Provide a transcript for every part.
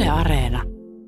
Yle Areena.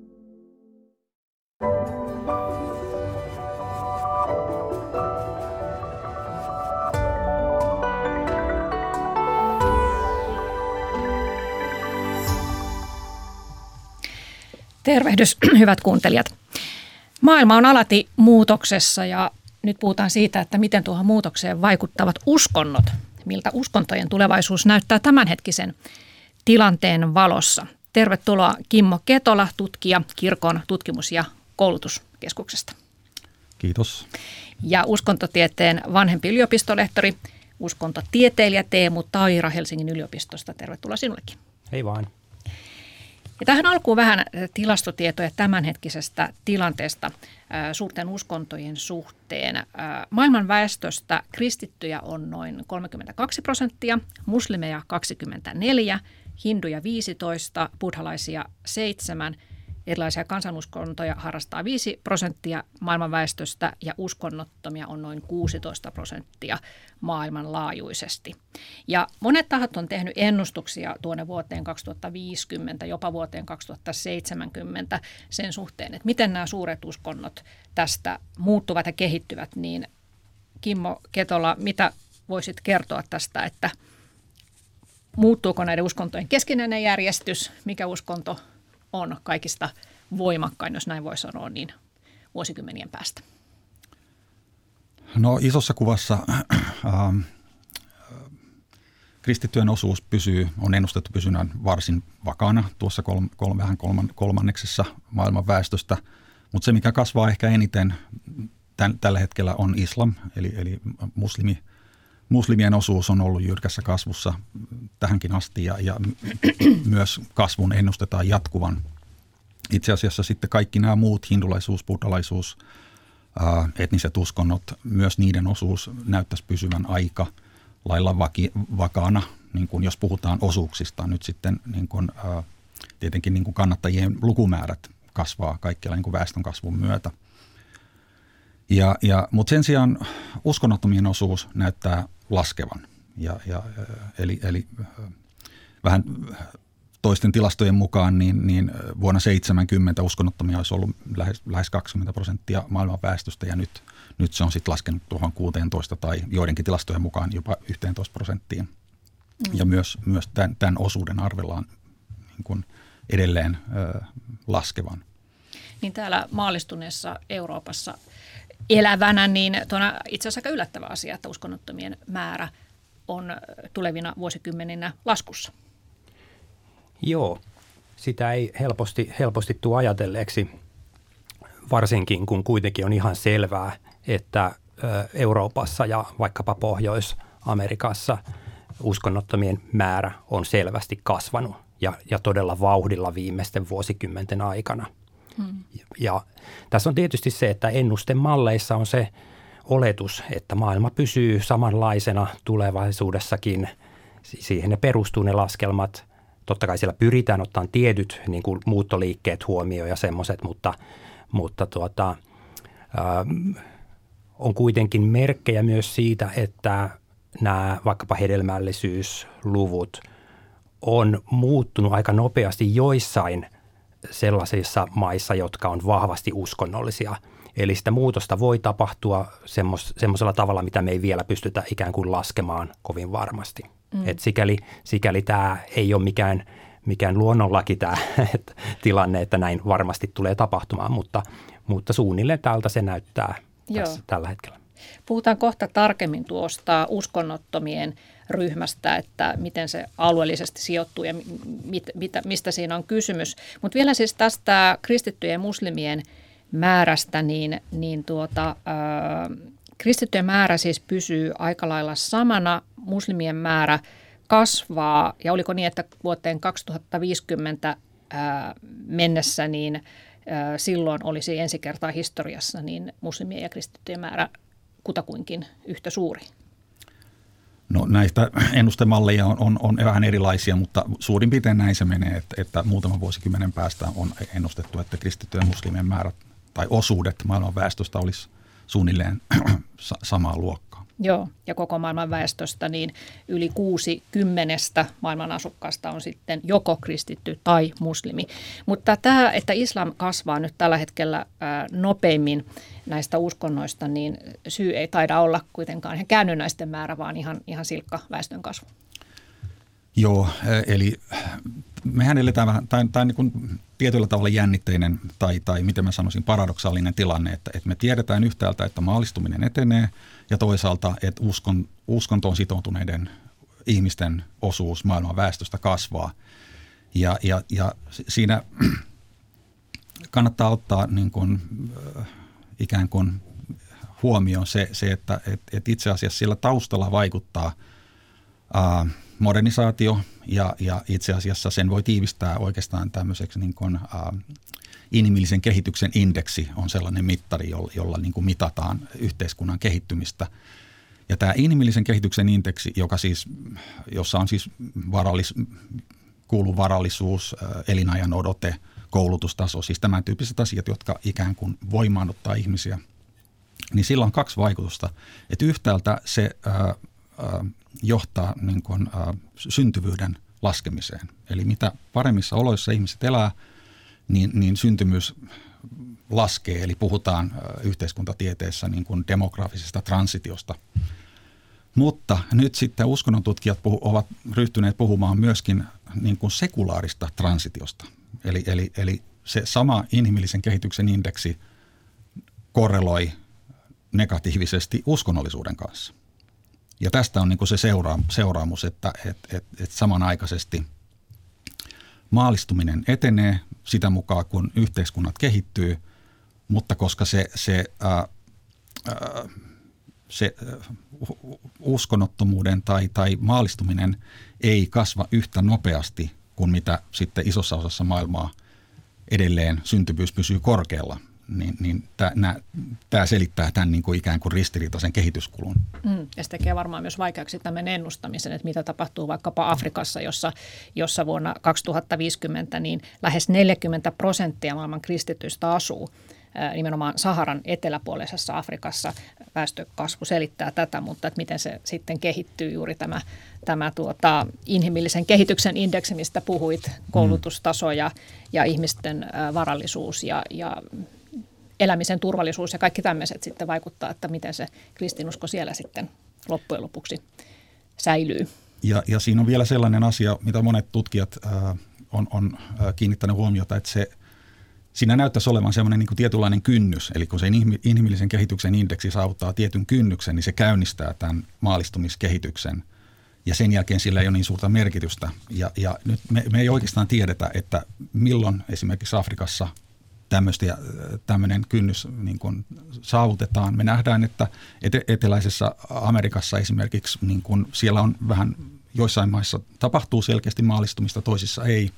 Tervehdys, hyvät kuuntelijat. Maailma on alati muutoksessa ja nyt puhutaan siitä, että miten tuohon muutokseen vaikuttavat uskonnot. Miltä uskontojen tulevaisuus näyttää tämänhetkisen tilanteen valossa. Tervetuloa Kimmo Ketola, tutkija Kirkon tutkimus- ja koulutuskeskuksesta. Kiitos. Ja uskontotieteen vanhempi yliopistolehtori, uskontotieteilijä Teemu Taira Helsingin yliopistosta. Tervetuloa sinullekin. Hei vaan. Ja tähän alkuun vähän tilastotietoja tämänhetkisestä tilanteesta suurten uskontojen suhteen. Maailman väestöstä kristittyjä on noin 32%, muslimeja 24%, hinduja 15%, buddhalaisia 7%, erilaisia kansanuskontoja harrastaa 5% maailman väestöstä ja uskonnottomia on noin 16% maailmanlaajuisesti. Ja monet tahot on tehnyt ennustuksia tuonne vuoteen 2050, jopa vuoteen 2070 sen suhteen, että miten nämä suuret uskonnot tästä muuttuvat ja kehittyvät. Niin Kimmo Ketola, mitä voisit kertoa tästä, että muuttuuko näiden uskontojen keskinäinen järjestys, mikä uskonto on kaikista voimakkain, jos näin voi sanoa, niin vuosikymmenien päästä? No isossa kuvassa kristittyjen osuus on ennustettu pysynään varsin vakaana tuossa kolmanneksessa maailman väestöstä, mutta se mikä kasvaa ehkä eniten tällä hetkellä on islam, eli muslimien osuus on ollut jyrkässä kasvussa tähänkin asti ja myös kasvun ennustetaan jatkuvan. Itse asiassa sitten kaikki nämä muut, hindulaisuus, buddhalaisuus, etniset uskonnot, myös niiden osuus näyttäisi pysyvän aika lailla vakaana, niin kuin jos puhutaan osuuksista. Nyt sitten niin kuin, tietenkin niin kuin kannattajien lukumäärät kasvaa kaikkialla niin kuin väestön kasvun myötä. Mutta sen sijaan uskonnottomien osuus näyttää laskevan. Eli vähän toisten tilastojen mukaan niin vuonna 70 uskonnottomia olisi ollut lähes 20% maailman väestöstä ja nyt se on sitten laskenut tuohon 16 tai joidenkin tilastojen mukaan jopa 11%. Ja myös tämän osuuden arvellaan niin kuin edelleen laskevan. Niin täällä maallistuneessa Euroopassa elävänä, niin tuona itse asiassa aika yllättävä asia, että uskonnottomien määrä on tulevina vuosikymmeninä laskussa. Joo, sitä ei helposti tule ajatelleeksi, varsinkin kun kuitenkin on ihan selvää, että Euroopassa ja vaikkapa Pohjois-Amerikassa uskonnottomien määrä on selvästi kasvanut ja todella vauhdilla viimeisten vuosikymmenten aikana. Ja tässä on tietysti se, että ennustemalleissa on se oletus, että maailma pysyy samanlaisena tulevaisuudessakin. Siihen ne perustuu ne laskelmat. Totta kai siellä pyritään ottamaan tietyt niin kuin muuttoliikkeet huomioon ja semmoiset, mutta on kuitenkin merkkejä myös siitä, että nämä vaikkapa hedelmällisyysluvut on muuttunut aika nopeasti joissain sellaisissa maissa, jotka on vahvasti uskonnollisia. Eli sitä muutosta voi tapahtua semmoisella tavalla, mitä me ei vielä pystytä ikään kuin laskemaan kovin varmasti. Et sikäli tämä ei ole mikään luonnonlaki tämä tilanne, että näin varmasti tulee tapahtumaan, mutta suunnilleen tältä se näyttää tässä, tällä hetkellä. Puhutaan kohta tarkemmin tuosta uskonnottomien ryhmästä, että miten se alueellisesti sijoittuu ja mistä siinä on kysymys. Mutta vielä siis tästä kristittyjen ja muslimien määrästä, kristittyjen määrä siis pysyy aika lailla samana, muslimien määrä kasvaa ja oliko niin, että vuoteen 2050 mennessä niin silloin olisi ensi kertaa historiassa niin muslimien ja kristittyjen määrä kutakuinkin yhtä suuri? No näistä ennustemalleja on vähän erilaisia, mutta suurin piirtein näin se menee, että muutaman vuosikymmenen päästä on ennustettu, että kristittyjen ja muslimien määrät tai osuudet maailman väestöstä olisi suunnilleen samaa luokkaa. Joo, ja koko maailman väestöstä niin yli 60 maailman asukkaasta on sitten joko kristitty tai muslimi. Mutta tämä, että islam kasvaa nyt tällä hetkellä nopeimmin näistä uskonnoista, niin syy ei taida olla kuitenkaan ihan käännynnäisten määrä, vaan ihan silkka väestönkasvu. Joo, eli mehän eletään vähän, tai niin kuin tietyllä tavalla jännitteinen tai miten mä sanoisin paradoksaalinen tilanne, että me tiedetään yhtäältä, että maallistuminen etenee ja toisaalta, että uskontoon sitoutuneiden ihmisten osuus maailman väestöstä kasvaa. Ja siinä kannattaa ottaa niin kuin, ikään kuin huomioon se että itse asiassa sillä taustalla vaikuttaa modernisaatio ja itse asiassa sen voi tiivistää oikeastaan tämmöiseksi niin kuin, inhimillisen kehityksen indeksi on sellainen mittari, jolla niin kuin mitataan yhteiskunnan kehittymistä. Ja tämä inhimillisen kehityksen indeksi, jossa on siis kuuluu varallisuus, elinajan odote, koulutustaso, siis tämän tyyppiset asiat, jotka ikään kuin voimaannuttaa ihmisiä, niin sillä on kaksi vaikutusta. Että yhtäältä se johtaa niin kuin, syntyvyyden laskemiseen. Eli mitä paremmissa oloissa ihmiset elää, niin syntymyys laskee. Eli puhutaan yhteiskuntatieteessä niin kuin demografisesta transitiosta. Mutta nyt sitten uskonnontutkijat ovat ryhtyneet puhumaan myöskin niin kuin sekulaarista transitiosta. Eli se sama inhimillisen kehityksen indeksi korreloi negatiivisesti uskonnollisuuden kanssa. Ja tästä on niin kuin se seuraamus, että samanaikaisesti maallistuminen etenee sitä mukaan, kun yhteiskunnat kehittyy, mutta koska se uskonnottomuuden tai maallistuminen ei kasva yhtä nopeasti kuin mitä sitten isossa osassa maailmaa edelleen syntyvyys pysyy korkealla, niin tämä selittää tämän niin kuin ikään kuin ristiriitaisen kehityskulun. Ja se tekee varmaan myös vaikeaksi tämän ennustamisen, että mitä tapahtuu vaikkapa Afrikassa, jossa vuonna 2050 niin lähes 40% maailman kristityistä asuu nimenomaan Saharan eteläpuolisessa Afrikassa. Väestökasvu selittää tätä, mutta että miten se sitten kehittyy juuri tämä inhimillisen kehityksen indeksi, mistä puhuit, koulutustaso ja ihmisten varallisuus ja elämisen turvallisuus ja kaikki tämmöiset sitten vaikuttaa, että miten se kristinusko siellä sitten loppujen lopuksi säilyy. Ja siinä on vielä sellainen asia, mitä monet tutkijat on kiinnittänyt huomiota, että siinä näyttäisi olevan sellainen niin kuin tietynlainen kynnys, eli kun se inhimillisen kehityksen indeksi saavuttaa tietyn kynnyksen, niin se käynnistää tämän maallistumiskehityksen ja sen jälkeen sillä ei ole niin suurta merkitystä. Ja nyt me ei oikeastaan tiedetä, että milloin esimerkiksi Afrikassa tämmöinen kynnys niin kuin saavutetaan. Me nähdään, että eteläisessä Amerikassa esimerkiksi niin kuin siellä on vähän joissain maissa tapahtuu selkeästi maallistumista, toisissa ei.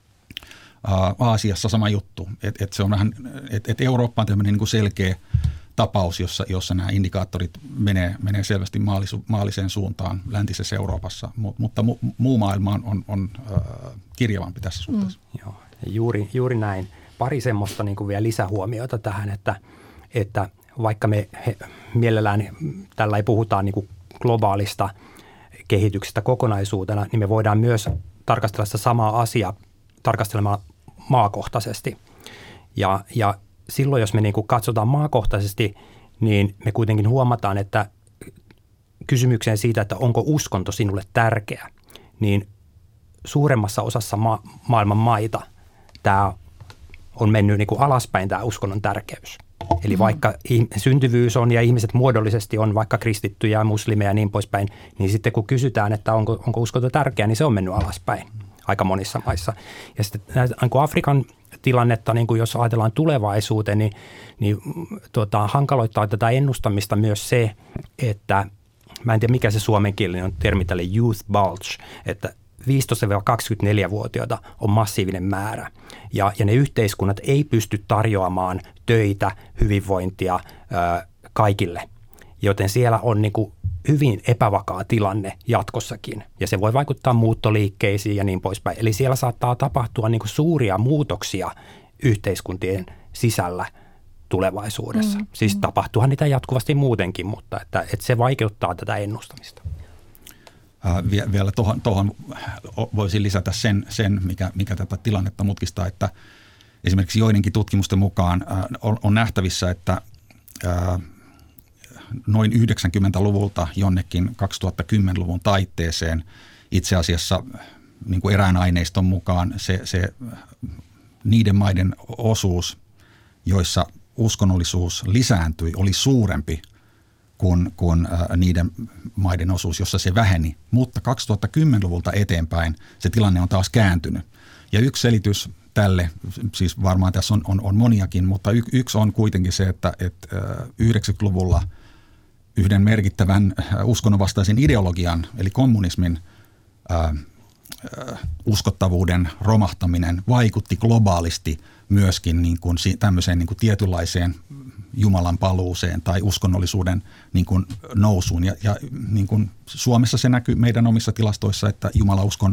Aasiassa sama juttu. Et se on vähän, että Eurooppa on tämmöinen niin kuin selkeä tapaus, jossa nämä indikaattorit menee selvästi maalliseen suuntaan läntisessä Euroopassa, mutta muu maailma on kirjavampi tässä suhteessa. Joo, juuri näin. Pari semmoista niin kuin vielä lisähuomioita tähän, että vaikka me mielellään tällä ei puhutaan niin kuin globaalista kehityksestä kokonaisuutena, niin me voidaan myös tarkastella sitä samaa asiaa tarkastelemaan maakohtaisesti. Ja silloin, jos me niin kuin katsotaan maakohtaisesti, niin me kuitenkin huomataan, että kysymykseen siitä, että onko uskonto sinulle tärkeä, niin suuremmassa osassa maailman maita tämä on mennyt niin kuin alaspäin tämä uskonnon tärkeys. Eli vaikka syntyvyys on ja ihmiset muodollisesti on vaikka kristittyjä, muslimeja ja niin poispäin, niin sitten kun kysytään, että onko uskonto tärkeä, niin se on mennyt alaspäin aika monissa maissa. Ja sitten Afrikan tilannetta, niin kuin jos ajatellaan tulevaisuuteen, niin hankaloittaa tätä ennustamista myös se, että mä en tiedä mikä se suomenkielinen on termi tälle youth bulge, että 15-24-vuotiaita on massiivinen määrä ja ne yhteiskunnat ei pysty tarjoamaan töitä, hyvinvointia kaikille, joten siellä on niin kuin hyvin epävakaa tilanne jatkossakin ja se voi vaikuttaa muuttoliikkeisiin ja niin poispäin. Eli siellä saattaa tapahtua niin kuin suuria muutoksia yhteiskuntien sisällä tulevaisuudessa. Siis tapahtuuhan niitä jatkuvasti muutenkin, mutta että se vaikeuttaa tätä ennustamista. Vielä tuohon voisin lisätä sen mikä tätä tilannetta mutkistaa, että esimerkiksi joidenkin tutkimusten mukaan on nähtävissä, että noin 90-luvulta jonnekin 2010-luvun taitteeseen itse asiassa niin kuin erään aineiston mukaan se niiden maiden osuus, joissa uskonnollisuus lisääntyi, oli suurempi kuin niiden maiden osuus, jossa se väheni. Mutta 2010-luvulta eteenpäin se tilanne on taas kääntynyt. Ja yksi selitys tälle, siis varmaan tässä on moniakin, mutta yksi on kuitenkin se, että 90-luvulla yhden merkittävän uskonnonvastaisen ideologian, eli kommunismin uskottavuuden romahtaminen vaikutti globaalisti myöskin niin kuin tämmöiseen niin kuin tietynlaiseen Jumalan paluuseen tai uskonnollisuuden niin kuin nousuun. Ja niin kuin Suomessa se näkyy meidän omissa tilastoissa, että jumalauskon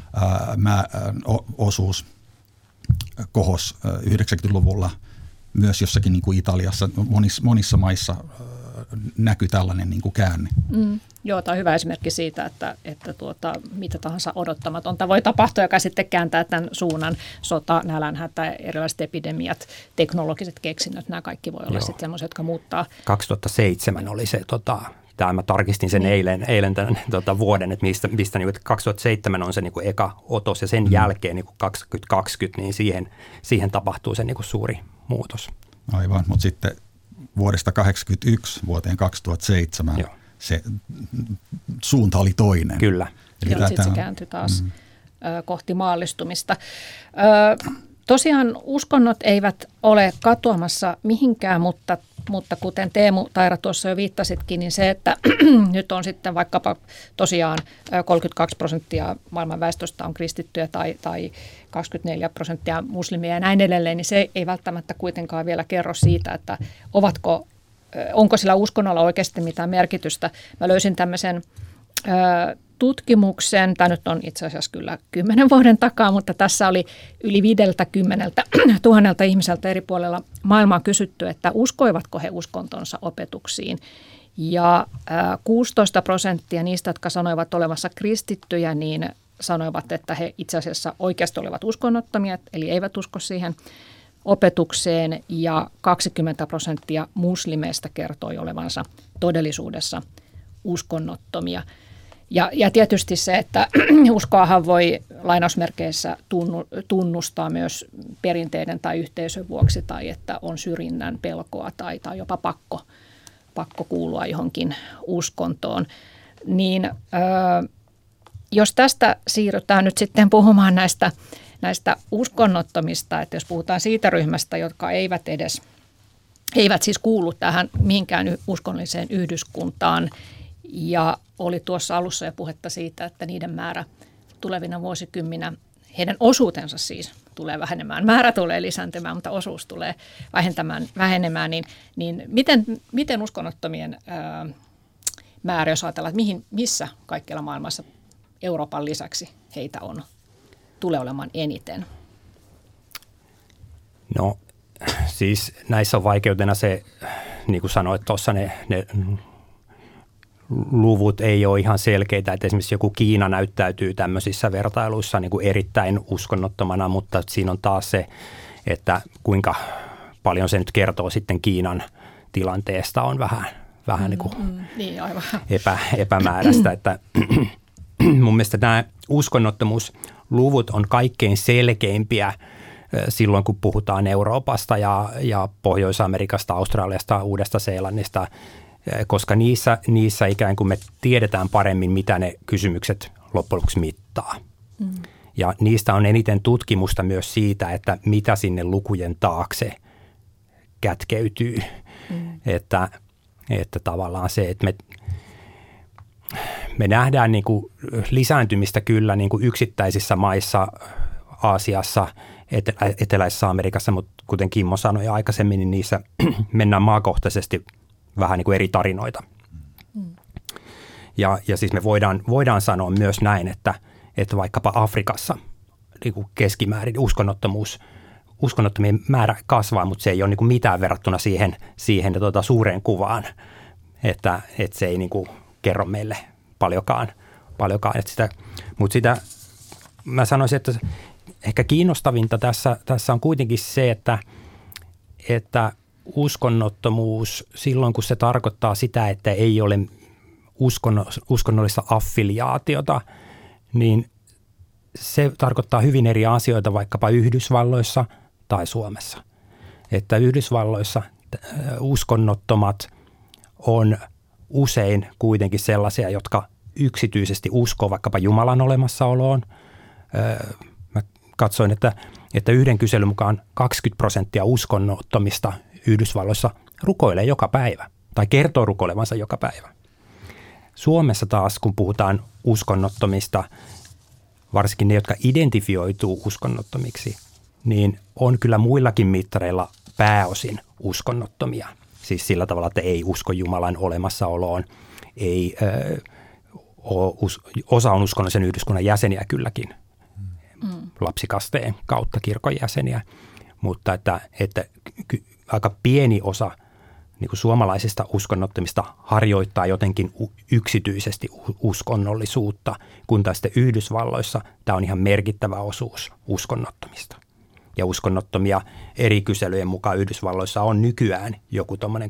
osuus kohos 90-luvulla myös jossakin niin kuin Italiassa, monissa maissa näkyy tällainen niin kuin käänne. Joo, tämä on hyvä esimerkki siitä, että mitä tahansa odottamatonta voi tapahtua, joka sitten kääntää tämän suunnan. Sota, nälänhätä, erilaiset epidemiat, teknologiset keksinnöt, nämä kaikki voi olla sitten sellaisia, jotka muuttaa. 2007 oli se, mä tarkistin sen eilen tämän vuoden, että mistä niin, että 2007 on se niin kuin eka otos ja sen jälkeen niin kuin 2020, niin siihen tapahtuu se niin kuin suuri muutos. Aivan, mutta sitten vuodesta 1981 vuoteen 2007 se suunta oli toinen. Kyllä. Sitten se kääntyi taas kohti maallistumista. Tosiaan uskonnot eivät ole katoamassa mihinkään, mutta kuten Teemu Taira tuossa jo viittasitkin, niin se, että nyt on sitten vaikkapa tosiaan 32% maailman väestöstä on kristittyjä tai 24% muslimia ja näin edelleen, niin se ei välttämättä kuitenkaan vielä kerro siitä, että onko sillä uskonnolla oikeasti mitään merkitystä. Mä löysin tämmöisen tutkimuksen, tämä nyt on itse asiassa kyllä 10 vuoden takaa, mutta tässä oli yli 50 000 ihmiseltä eri puolilla maailmaa kysytty, että uskoivatko he uskontonsa opetuksiin. Ja 16% niistä, jotka sanoivat olevansa kristittyjä, niin sanoivat, että he itse asiassa oikeasti olivat uskonnottomia, eli eivät usko siihen opetukseen, ja 20% muslimeista kertoi olevansa todellisuudessa uskonnottomia. Ja tietysti se, että uskoahan voi lainausmerkeissä tunnustaa myös perinteiden tai yhteisön vuoksi, tai että on syrjinnän pelkoa tai jopa pakko kuulua johonkin uskontoon. Niin jos tästä siirrytään nyt sitten puhumaan näistä uskonnottomista, että jos puhutaan siitä ryhmästä, jotka eivät siis kuulu tähän mihinkään uskonnolliseen yhdyskuntaan, ja oli tuossa alussa jo puhetta siitä, että niiden määrä tulevina vuosikymminä, heidän osuutensa siis tulee vähenemään. Määrä tulee lisääntymään, mutta osuus tulee vähenemään. Niin miten uskonnottomien määrä, jos ajatellaan, että missä kaikkialla maailmassa Euroopan lisäksi heitä tulee olemaan eniten? No siis näissä on vaikeutena se, niin kuin sanoit tuossa, ne luvut ei ole ihan selkeitä, että esimerkiksi joku Kiina näyttäytyy tämmöisissä vertailuissa niin kuin erittäin uskonnottomana, mutta siinä on taas se, että kuinka paljon se nyt kertoo sitten Kiinan tilanteesta on vähän niin kuin epämääräistä, että mun mielestä nämä uskonnottomuusluvut on kaikkein selkeimpiä silloin, kun puhutaan Euroopasta ja Pohjois-Amerikasta, Australiasta, Uudesta-Seelannista, koska niissä ikään kuin me tiedetään paremmin, mitä ne kysymykset loppujen lopuksi mittaa. Ja niistä on eniten tutkimusta myös siitä, että mitä sinne lukujen taakse kätkeytyy. Että tavallaan se, että me nähdään niin kuin lisääntymistä kyllä niin kuin yksittäisissä maissa, Aasiassa, Eteläisessä Amerikassa, mutta kuten Kimmo sanoi aikaisemmin, niin niissä mennään maakohtaisesti vähän niin kuin eri tarinoita. Ja siis me voidaan sanoa myös näin, että vaikkapa Afrikassa niin kuin keskimäärin uskonnottomien määrä kasvaa, mutta se ei ole niin kuin mitään verrattuna siihen suureen kuvaan, että se ei niin kuin kerro meille paljonkaan. Mutta sitä mä sanoisin, että ehkä kiinnostavinta tässä on kuitenkin se, että uskonnottomuus silloin, kun se tarkoittaa sitä, että ei ole uskonnollista affiliaatiota, niin se tarkoittaa hyvin eri asioita vaikkapa Yhdysvalloissa tai Suomessa. Että Yhdysvalloissa uskonnottomat on usein kuitenkin sellaisia, jotka yksityisesti uskoo vaikkapa Jumalan olemassaoloon. Mä katsoin, että yhden kyselyn mukaan 20% uskonnottomista Yhdysvalloissa rukoilee joka päivä tai kertoo rukoilevansa joka päivä. Suomessa taas, kun puhutaan uskonnottomista, varsinkin ne, jotka identifioituu uskonnottomiksi, niin on kyllä muillakin mittareilla pääosin uskonnottomia. Siis sillä tavalla, että ei usko Jumalan olemassaoloon, osa on uskonnollisen yhdyskunnan jäseniä kylläkin, lapsikasteen kautta kirkon jäseniä, mutta että aika pieni osa niin kuin suomalaisista uskonnottomista harjoittaa jotenkin yksityisesti uskonnollisuutta, kun taas sitten Yhdysvalloissa tämä on ihan merkittävä osuus uskonnottomista. Ja uskonnottomia eri kyselyjen mukaan Yhdysvalloissa on nykyään joku tuommoinen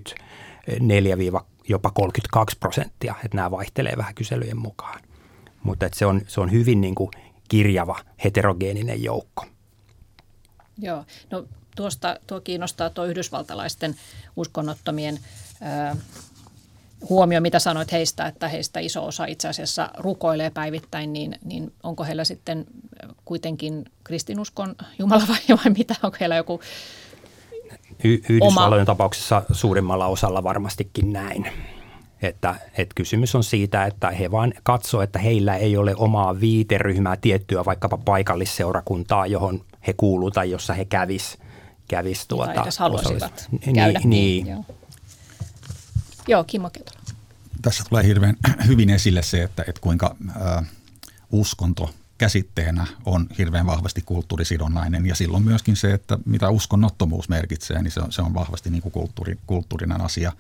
24-jopa 32%, että nämä vaihtelee vähän kyselyjen mukaan. Mutta että se on hyvin niin kuin kirjava, heterogeeninen joukko. Joo, no tuo kiinnostaa tuo yhdysvaltalaisten uskonnottomien huomio, mitä sanoit heistä, että heistä iso osa itse asiassa rukoilee päivittäin, niin onko heillä sitten kuitenkin kristinuskon Jumala vai mitä, onko heillä joku Yhdysvallojen tapauksessa suurimmalla osalla varmastikin näin. Että kysymys on siitä, että he vaan katsoo, että heillä ei ole omaa viiteryhmää tiettyä vaikkapa paikallisseurakuntaa, johon he kuuluu tai jossa he kävis tai edes haluaisivat käydä. Niin. Joo, Kimmo Ketola. Tässä tulee hirveän hyvin esille se, että kuinka uskonto käsitteenä on hirveän vahvasti kulttuurisidonnainen ja silloin myöskin se, että mitä uskonnottomuus merkitsee, niin se on vahvasti niin kuin kulttuurinen asia.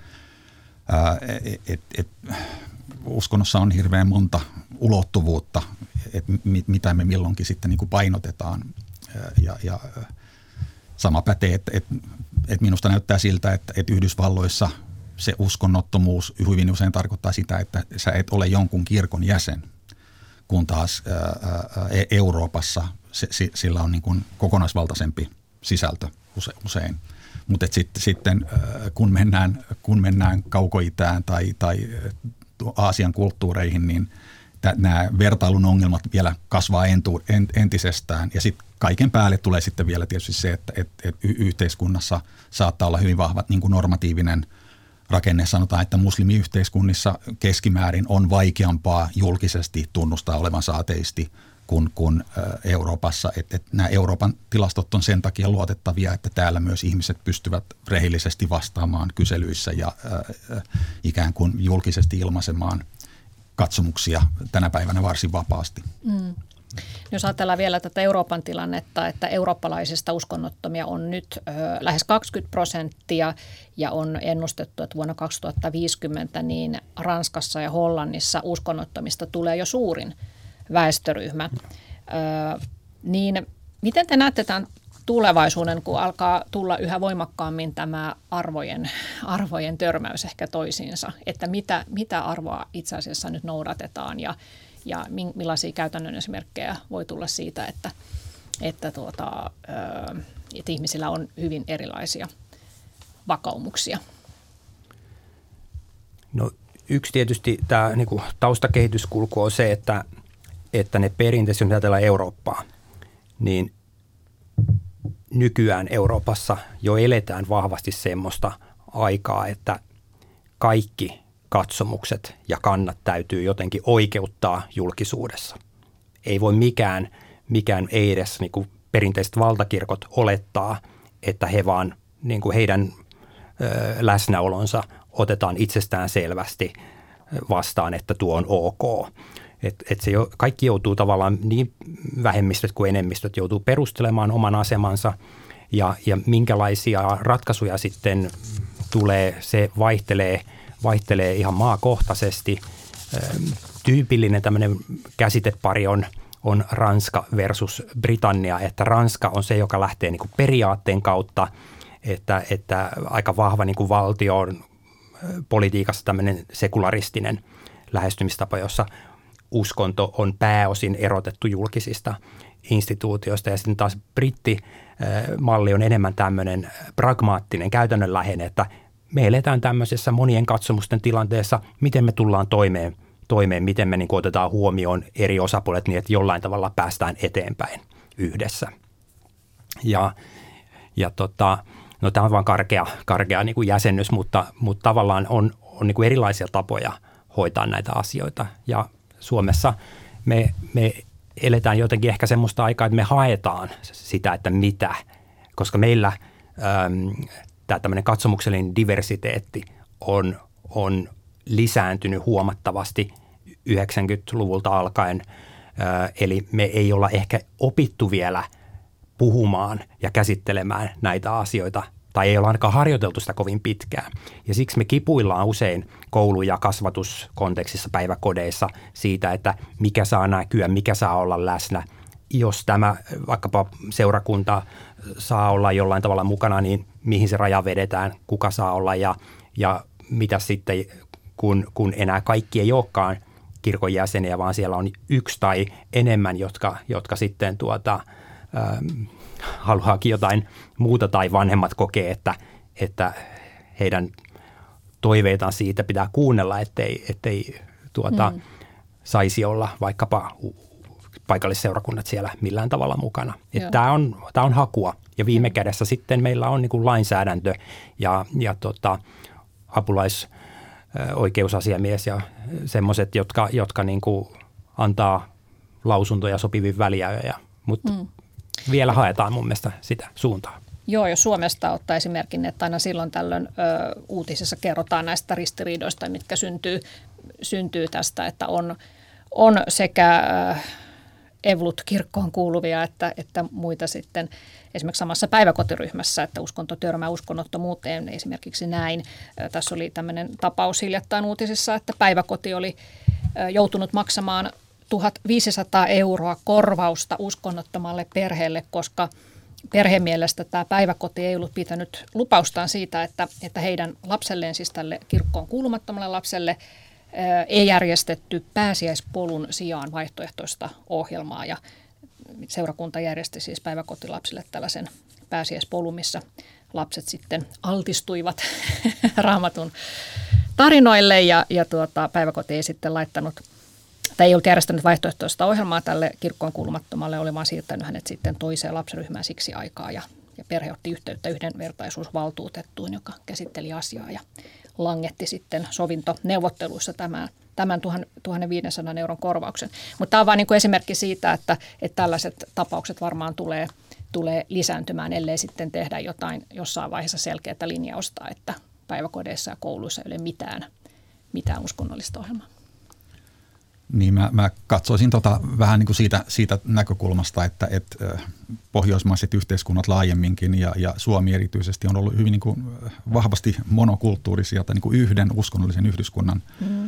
Uskonnossa on hirveän monta ulottuvuutta, että mitä me milloinkin sitten niin kuin painotetaan ja sama pätee, että minusta näyttää siltä, että Yhdysvalloissa se uskonnottomuus hyvin usein tarkoittaa sitä, että sä et ole jonkun kirkon jäsen, kun taas Euroopassa sillä on niin kuin kokonaisvaltaisempi sisältö usein. Mutta sitten kun mennään Kauko-Itään tai Aasian kulttuureihin, niin nämä vertailun ongelmat vielä kasvaa entisestään. Ja sitten kaiken päälle tulee sitten vielä tietysti se, että yhteiskunnassa saattaa olla hyvin vahva niin kuin normatiivinen rakenne. Sanotaan, että muslimiyhteiskunnissa keskimäärin on vaikeampaa julkisesti tunnustaa olevansa ateisti kuin Euroopassa. Että nämä Euroopan tilastot on sen takia luotettavia, että täällä myös ihmiset pystyvät rehellisesti vastaamaan kyselyissä ja ikään kuin julkisesti ilmaisemaan katsomuksia tänä päivänä varsin vapaasti. Jos ajatellaan vielä tätä Euroopan tilannetta, että eurooppalaisista uskonnottomia on nyt lähes 20% ja on ennustettu, että vuonna 2050 niin Ranskassa ja Hollannissa uskonnottomista tulee jo suurin väestöryhmä. Niin miten te näette tämän tulevaisuuden, kun alkaa tulla yhä voimakkaammin tämä arvojen törmäys ehkä toisiinsa, että mitä arvoa itse asiassa nyt noudatetaan ja millaisia käytännön esimerkkejä voi tulla siitä, että ihmisillä on hyvin erilaisia vakaumuksia? No yksi tietysti tämä niinku taustakehityskulku on se, että ne perinteisesti, jos ajatellaan Eurooppaa, niin nykyään Euroopassa jo eletään vahvasti semmoista aikaa, että kaikki katsomukset ja kannat täytyy jotenkin oikeuttaa julkisuudessa. Ei voi mikään ei edes niin kuin perinteiset valtakirkot olettaa, että he vaan niin kuin heidän läsnäolonsa otetaan itsestään selvästi vastaan, että tuo on ok. Kaikki joutuu tavallaan, niin vähemmistöt kuin enemmistöt joutuu perustelemaan oman asemansa ja minkälaisia ratkaisuja sitten tulee, se vaihtelee ihan maakohtaisesti. Tyypillinen tämmöinen käsitepari on Ranska versus Britannia, että Ranska on se, joka lähtee niin kuin periaatteen kautta, että aika vahva niin kuin valtion politiikassa tämmöinen sekularistinen lähestymistapa, jossa uskonto on pääosin erotettu julkisista instituutioista, ja sitten taas brittimalli on enemmän tämmöinen pragmaattinen, käytännönläheinen, että me eletään tämmöisessä monien katsomusten tilanteessa, miten me tullaan toimeen, miten me niin kuin otetaan huomioon eri osapuolet niin, että jollain tavalla päästään eteenpäin yhdessä. No tämä on vain karkea niin kuin jäsennys, mutta tavallaan on niin kuin erilaisia tapoja hoitaa näitä asioita. Ja Suomessa me eletään jotenkin ehkä semmoista aikaa, että me haetaan sitä, että mitä, koska meillä tämä tämmöinen katsomuksellinen diversiteetti on lisääntynyt huomattavasti 90-luvulta alkaen, eli me ei olla ehkä opittu vielä puhumaan ja käsittelemään näitä asioita, tai ei olla ainakaan harjoiteltu sitä kovin pitkään. Ja siksi me kipuillaan usein koulu- ja kasvatuskontekstissa, päiväkodeissa siitä, että mikä saa näkyä, mikä saa olla läsnä. Jos tämä vaikkapa seurakunta saa olla jollain tavalla mukana, niin mihin se raja vedetään, kuka saa olla ja mitä sitten, kun enää kaikki ei olekaan kirkon jäseniä, vaan siellä on yksi tai enemmän, jotka sitten haluaakin jotain muuta tai vanhemmat kokee, että heidän toiveitaan siitä pitää kuunnella, ettei saisi olla vaikkapa paikallisseurakunnat siellä millään tavalla mukana. Tämä on hakua ja viime kädessä sitten meillä on niin kuin lainsäädäntö ja apulaisoikeusasiamies ja semmoiset, jotka niin kuin antaa lausuntoja sopivin väliajoja, mutta vielä haetaan mun mielestä sitä suuntaa. Joo, jos Suomesta ottaa esimerkin, että aina silloin tällöin uutisissa kerrotaan näistä ristiriidoista, mitkä syntyy tästä, että on sekä Evolut-kirkkoon kuuluvia että muita sitten esimerkiksi samassa päiväkotiryhmässä, että uskonto törmää uskonnottomuuteen esimerkiksi näin. Tässä oli tämmöinen tapaus hiljattain uutisissa, että päiväkoti oli joutunut maksamaan 1 500 € korvausta uskonnottomalle perheelle, koska perheen mielestä tämä päiväkoti ei ollut pitänyt lupaustaan siitä, että heidän lapselleen, siis tälle kirkkoon kuulumattomalle lapselle, ei järjestetty pääsiäispolun sijaan vaihtoehtoista ohjelmaa. Ja seurakunta järjesti siis päiväkotilapsille tällaisen pääsiäispolun, missä lapset sitten altistuivat Raamatun tarinoille ja päiväkoti ei sitten laittanut tai ei ollut järjestänyt vaihtoehtoista ohjelmaa tälle kirkkoon kuulumattomalle, oli vaan siirtänyt hänet sitten toiseen lapsiryhmään siksi aikaa. Ja perhe otti yhteyttä yhdenvertaisuusvaltuutettuun, joka käsitteli asiaa ja langetti sitten sovintoneuvotteluissa tämän 1 500 € korvauksen. Mutta tämä on vain niin kuin esimerkki siitä, että tällaiset tapaukset varmaan tulee lisääntymään, ellei sitten tehdä jossain vaiheessa selkeää linjausta, että päiväkodeissa ja kouluissa ei ole mitään uskonnollista ohjelmaa. Niin mä katsoisin vähän niin kuin siitä näkökulmasta, että pohjoismaiset yhteiskunnat laajemminkin ja Suomi erityisesti on ollut hyvin niin kuin vahvasti monokulttuurisia tai niin kuin yhden uskonnollisen yhdyskunnan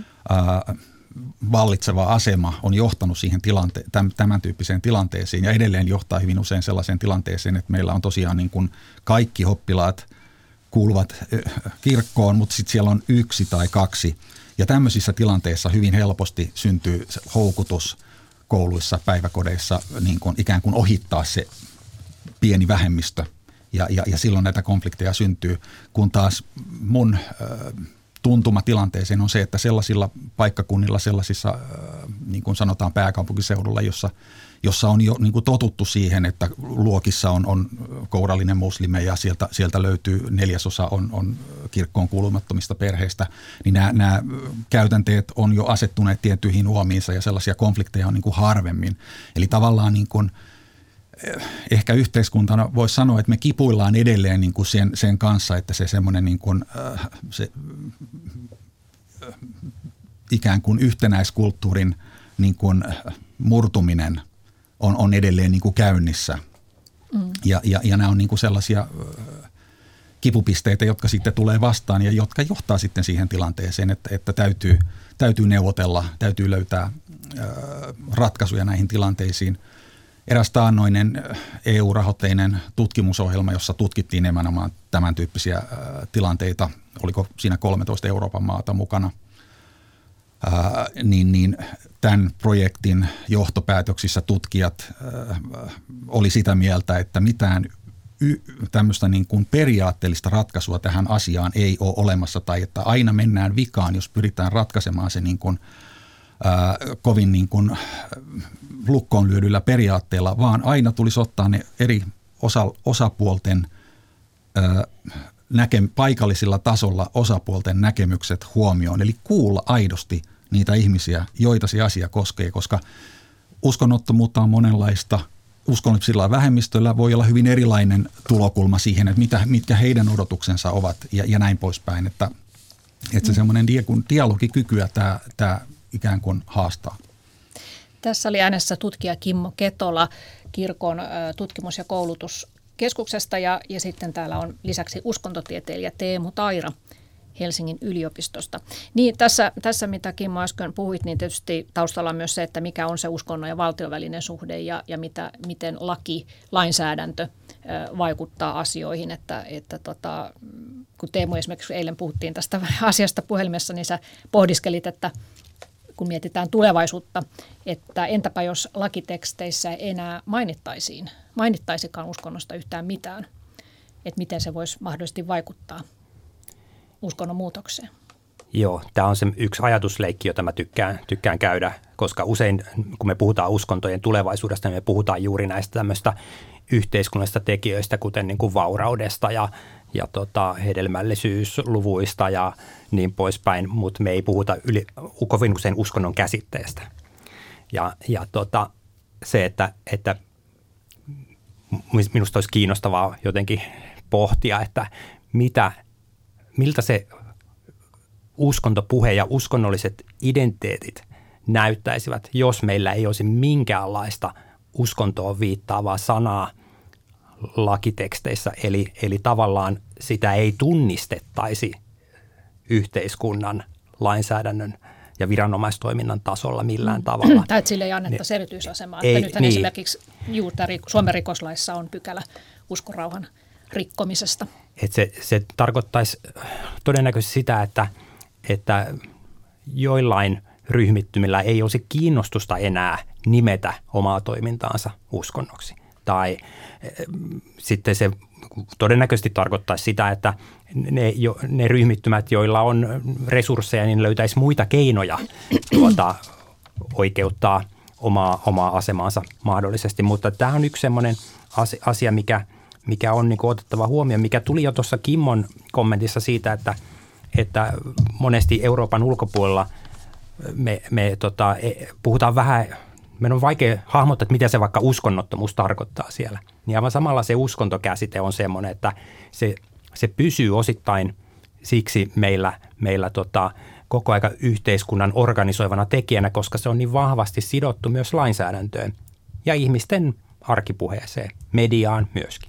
vallitseva asema on johtanut siihen tämän tyyppiseen tilanteeseen ja edelleen johtaa hyvin usein sellaiseen tilanteeseen, että meillä on tosiaan niin kuin kaikki oppilaat kuuluvat kirkkoon, mutta sitten siellä on 1 tai 2. Ja tämmöisissä tilanteissa hyvin helposti syntyy houkutus kouluissa, päiväkodeissa niin kuin ikään kuin ohittaa se pieni vähemmistö ja silloin näitä konflikteja syntyy, kun taas mun tuntuma tilanteeseen on se, että sellaisilla paikkakunnilla, sellaisissa niin kuin sanotaan pääkaupunkiseudulla, jossa on jo niin kuin totuttu siihen, että luokissa on kourallinen muslimeja ja sieltä löytyy 1/4 on kirkkoon kuulumattomista perheistä, niin nämä käytänteet on jo asettuneet tiettyihin uomiinsa ja sellaisia konflikteja on niin kuin harvemmin. Eli tavallaan niin kuin ehkä yhteiskuntana voisi sanoa, että me kipuillaan edelleen niin kuin sen kanssa, että se semmoinen niin kuin, se ikään kuin yhtenäiskulttuurin niin kuin murtuminen on edelleen niin kuin käynnissä. Ja nämä on niin kuin sellaisia kipupisteitä, jotka sitten tulee vastaan ja jotka johtaa sitten siihen tilanteeseen, että täytyy neuvotella, täytyy löytää ratkaisuja näihin tilanteisiin. Eräs taannoinen EU-rahoitteinen tutkimusohjelma, jossa tutkittiin nimenomaan tämän tyyppisiä tilanteita, oliko siinä 13 Euroopan maata mukana, niin tämän projektin johtopäätöksissä tutkijat oli sitä mieltä, että mitään tämmöistä niin kuin periaatteellista ratkaisua tähän asiaan ei ole olemassa, tai että aina mennään vikaan, jos pyritään ratkaisemaan se niin kuin, kovin niin kuin lukkoon lyödyllä periaatteella, vaan aina tulisi ottaa ne eri osapuolten paikallisilla tasolla osapuolten näkemykset huomioon, eli kuulla aidosti niitä ihmisiä, joita se asia koskee, koska uskonnottomuutta on monenlaista. Uskonnollisilla vähemmistöillä voi olla hyvin erilainen tulokulma siihen, että mitkä heidän odotuksensa ovat ja näin poispäin, että se semmoinen dialogikykyä tämä ikään kuin haastaa. Tässä oli äänessä tutkija Kimmo Ketola kirkon tutkimus- ja koulutuskeskuksesta ja sitten täällä on lisäksi uskontotieteilijä Teemu Taira Helsingin yliopistosta. Niin tässä mitä Kimmo äsken puhuit, niin tietysti taustalla on myös se, että mikä on se uskonnon ja valtion välinen suhde ja miten lainsäädäntö vaikuttaa asioihin, että kun Teemu esimerkiksi eilen puhuttiin tästä asiasta puhelimessa, niin sä pohdiskelit, että kun mietitään tulevaisuutta, että entäpä jos lakiteksteissä ei enää mainittaisikaan uskonnosta yhtään mitään, että miten se voisi mahdollisesti vaikuttaa uskonnon muutokseen. Joo, tämä on se yksi ajatusleikki, jota mä tykkään käydä, koska usein kun me puhutaan uskontojen tulevaisuudesta, niin me puhutaan juuri näistä tämmöistä yhteiskunnallisista tekijöistä, kuten niin kuin vauraudesta ja hedelmällisyysluvuista ja niin poispäin, mutta me ei puhuta kovin usein uskonnon käsitteestä. Ja se, että minusta olisi kiinnostavaa jotenkin pohtia, että miltä se uskontopuhe ja uskonnolliset identiteetit näyttäisivät, jos meillä ei olisi minkäänlaista uskontoon viittaavaa sanaa lakiteksteissä, eli tavallaan sitä ei tunnistettaisi yhteiskunnan, lainsäädännön ja viranomaistoiminnan tasolla millään tavalla. Tai että sille ei annettaisi erityisasemaa. Nythän esimerkiksi Suomen rikoslaissa on pykälä uskonrauhan rikkomisesta. Että se tarkoittaisi todennäköisesti sitä, että joillain ryhmittymillä ei olisi kiinnostusta enää nimetä omaa toimintaansa uskonnoksi. Tai sitten se todennäköisesti tarkoittaisi sitä, että ne ryhmittymät, joilla on resursseja, niin löytäisi muita keinoja oikeuttaa omaa asemaansa mahdollisesti. Mutta tämä on yksi sellainen asia, mikä on niin kuin otettava huomioon, mikä tuli jo tuossa Kimmon kommentissa siitä, että monesti Euroopan ulkopuolella me puhutaan vähän, meidän on vaikea hahmottaa, että mitä se vaikka uskonnottomuus tarkoittaa siellä. Niin aivan samalla se uskontokäsite on semmoinen, että se pysyy osittain siksi meillä koko ajan yhteiskunnan organisoivana tekijänä, koska se on niin vahvasti sidottu myös lainsäädäntöön ja ihmisten arkipuheeseen, mediaan myöskin.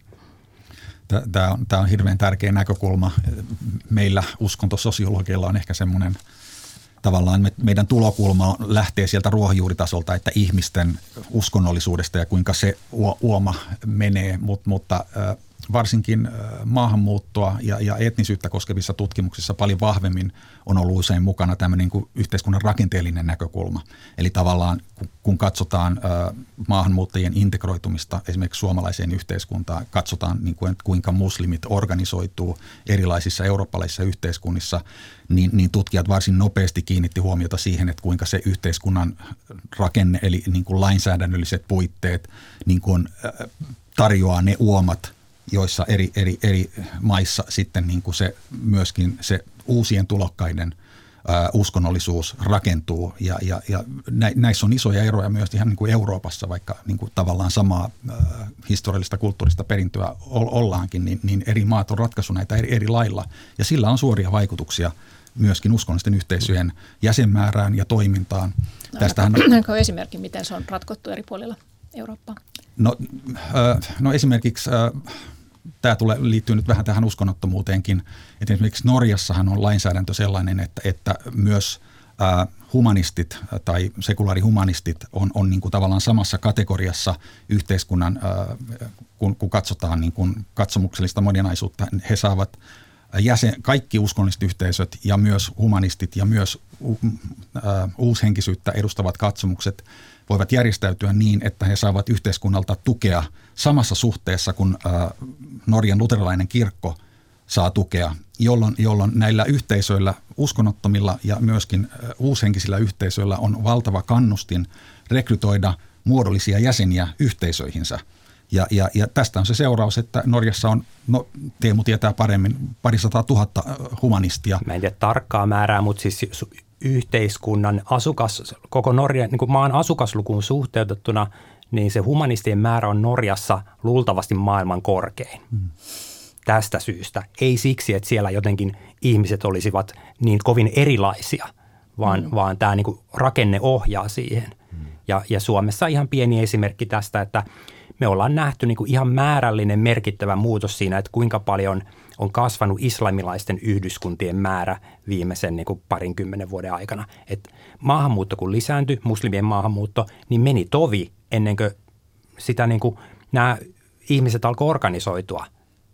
Tämä on hirveän tärkeä näkökulma. Meillä uskontososiologeilla on ehkä semmoinen tavallaan meidän tulokulma lähtee sieltä ruohonjuuritasolta, että ihmisten uskonnollisuudesta ja kuinka se uoma menee, mutta varsinkin maahanmuuttoa ja etnisyyttä koskevissa tutkimuksissa paljon vahvemmin on ollut usein mukana tämmöinen niin yhteiskunnan rakenteellinen näkökulma. Eli tavallaan kun katsotaan maahanmuuttajien integroitumista esimerkiksi suomalaiseen yhteiskuntaan, katsotaan niin kuin, kuinka muslimit organisoituu erilaisissa eurooppalaisissa yhteiskunnissa, niin tutkijat varsin nopeasti kiinnitti huomiota siihen, että kuinka se yhteiskunnan rakenne eli niin kuin lainsäädännölliset puitteet niin kuin tarjoaa ne uomat, joissa eri maissa sitten niin kuin se myöskin se uusien tulokkaiden uskonnollisuus rakentuu ja näissä on isoja eroja myös ihan niin kuin Euroopassa, vaikka niin kuin tavallaan samaa historiallista kulttuurista perintöä ollaankin, niin eri maat on ratkaisu näitä eri lailla ja sillä on suoria vaikutuksia myöskin uskonnollisten yhteisöjen jäsenmäärään ja toimintaan. Onko esimerkki, miten se on ratkottu eri puolilla Eurooppaa? No esimerkiksi tämä liittyy nyt vähän tähän uskonnottomuuteenkin, että esimerkiksi Norjassahan on lainsäädäntö sellainen, että myös humanistit tai sekulaarihumanistit on niin kuin tavallaan samassa kategoriassa yhteiskunnan, kun katsotaan niin kuin katsomuksellista moninaisuutta. He saavat kaikki uskonnolliset yhteisöt ja myös humanistit ja myös uushenkisyyttä edustavat katsomukset voivat järjestäytyä niin, että he saavat yhteiskunnalta tukea samassa suhteessa kuin Norjan luterilainen kirkko saa tukea, jolloin näillä yhteisöillä, uskonnottomilla ja myöskin uushenkisillä yhteisöillä on valtava kannustin rekrytoida muodollisia jäseniä yhteisöihinsä. Ja tästä on se seuraus, että Norjassa on, Teemu tietää paremmin, 200 000 humanistia. Mä en tiedä tarkkaa määrää, mutta siis yhteiskunnan koko Norjan, niin kuin maan asukaslukuun suhteutettuna, niin se humanistien määrä on Norjassa luultavasti maailman korkein. Tästä syystä. Ei siksi, että siellä jotenkin ihmiset olisivat niin kovin erilaisia, vaan tämä niin kuin rakenne ohjaa siihen. Ja Suomessa ihan pieni esimerkki tästä, että me ollaan nähty niin kuin ihan määrällinen merkittävä muutos siinä, että kuinka paljon on kasvanut islamilaisten yhdyskuntien määrä viimeisen niin kuin 20 vuoden aikana. Et maahanmuutto kun lisääntyi, muslimien maahanmuutto, niin meni tovi ennen kuin sitä niin kuin nämä ihmiset alkoi organisoitua.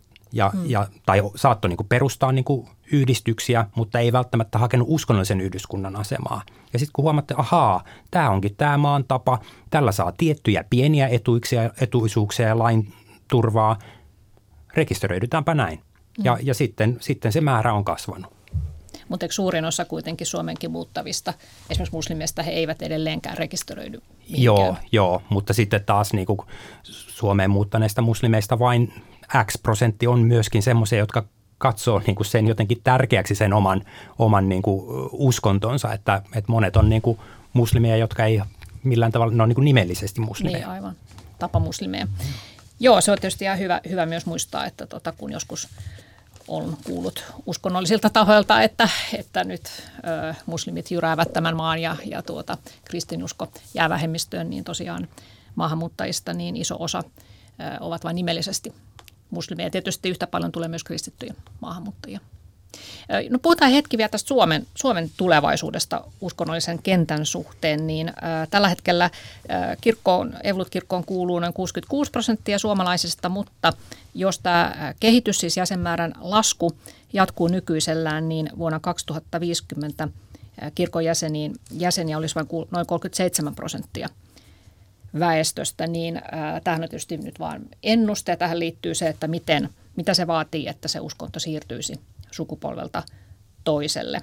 Tai saattoi niin kuin perustaa niin kuin yhdistyksiä, mutta ei välttämättä hakenut uskonnollisen yhdyskunnan asemaa. Ja sitten kun huomaatte, ahaa, tämä onkin tämä maan tapa, tällä saa tiettyjä pieniä etuisuuksia ja lain turvaa, rekisteröidytäänpä näin. Ja sitten se määrä on kasvanut. Mutta eikö suurin osa kuitenkin Suomenkin muuttavista, esimerkiksi muslimeista, he eivät edelleenkään rekisteröidy mihinkään? Joo, mutta sitten taas niin kuin Suomeen muuttaneista muslimeista vain X% on myöskin semmoisia, jotka katsoo niin kuin sen jotenkin tärkeäksi sen oman niin kuin uskontonsa, että monet on niin kuin muslimeja, jotka ei millään tavalla, ne on niin kuin nimellisesti muslimeja. Niin, aivan. Tapamuslimeja. Joo, se on tietysti ihan hyvä myös muistaa, että kun joskus on kuullut uskonnollisilta tahoilta, että nyt muslimit jyräävät tämän maan ja kristinusko jää vähemmistöön, niin tosiaan maahanmuuttajista niin iso osa ovat vain nimellisesti muslimeja. Tietysti yhtä paljon tulee myös kristittyjä maahanmuuttajia. No puhutaan hetki vielä tästä Suomen tulevaisuudesta uskonnollisen kentän suhteen, niin tällä hetkellä Evolut-kirkkoon kuuluu noin 66% suomalaisista, mutta jos tämä kehitys, siis jäsenmäärän lasku jatkuu nykyisellään, niin vuonna 2050 kirkon jäseniä olisi vain noin 37% väestöstä, niin tämähän on tietysti nyt vain ennuste ja tähän liittyy se, että mitä se vaatii, että se uskonto siirtyisi sukupolvelta toiselle.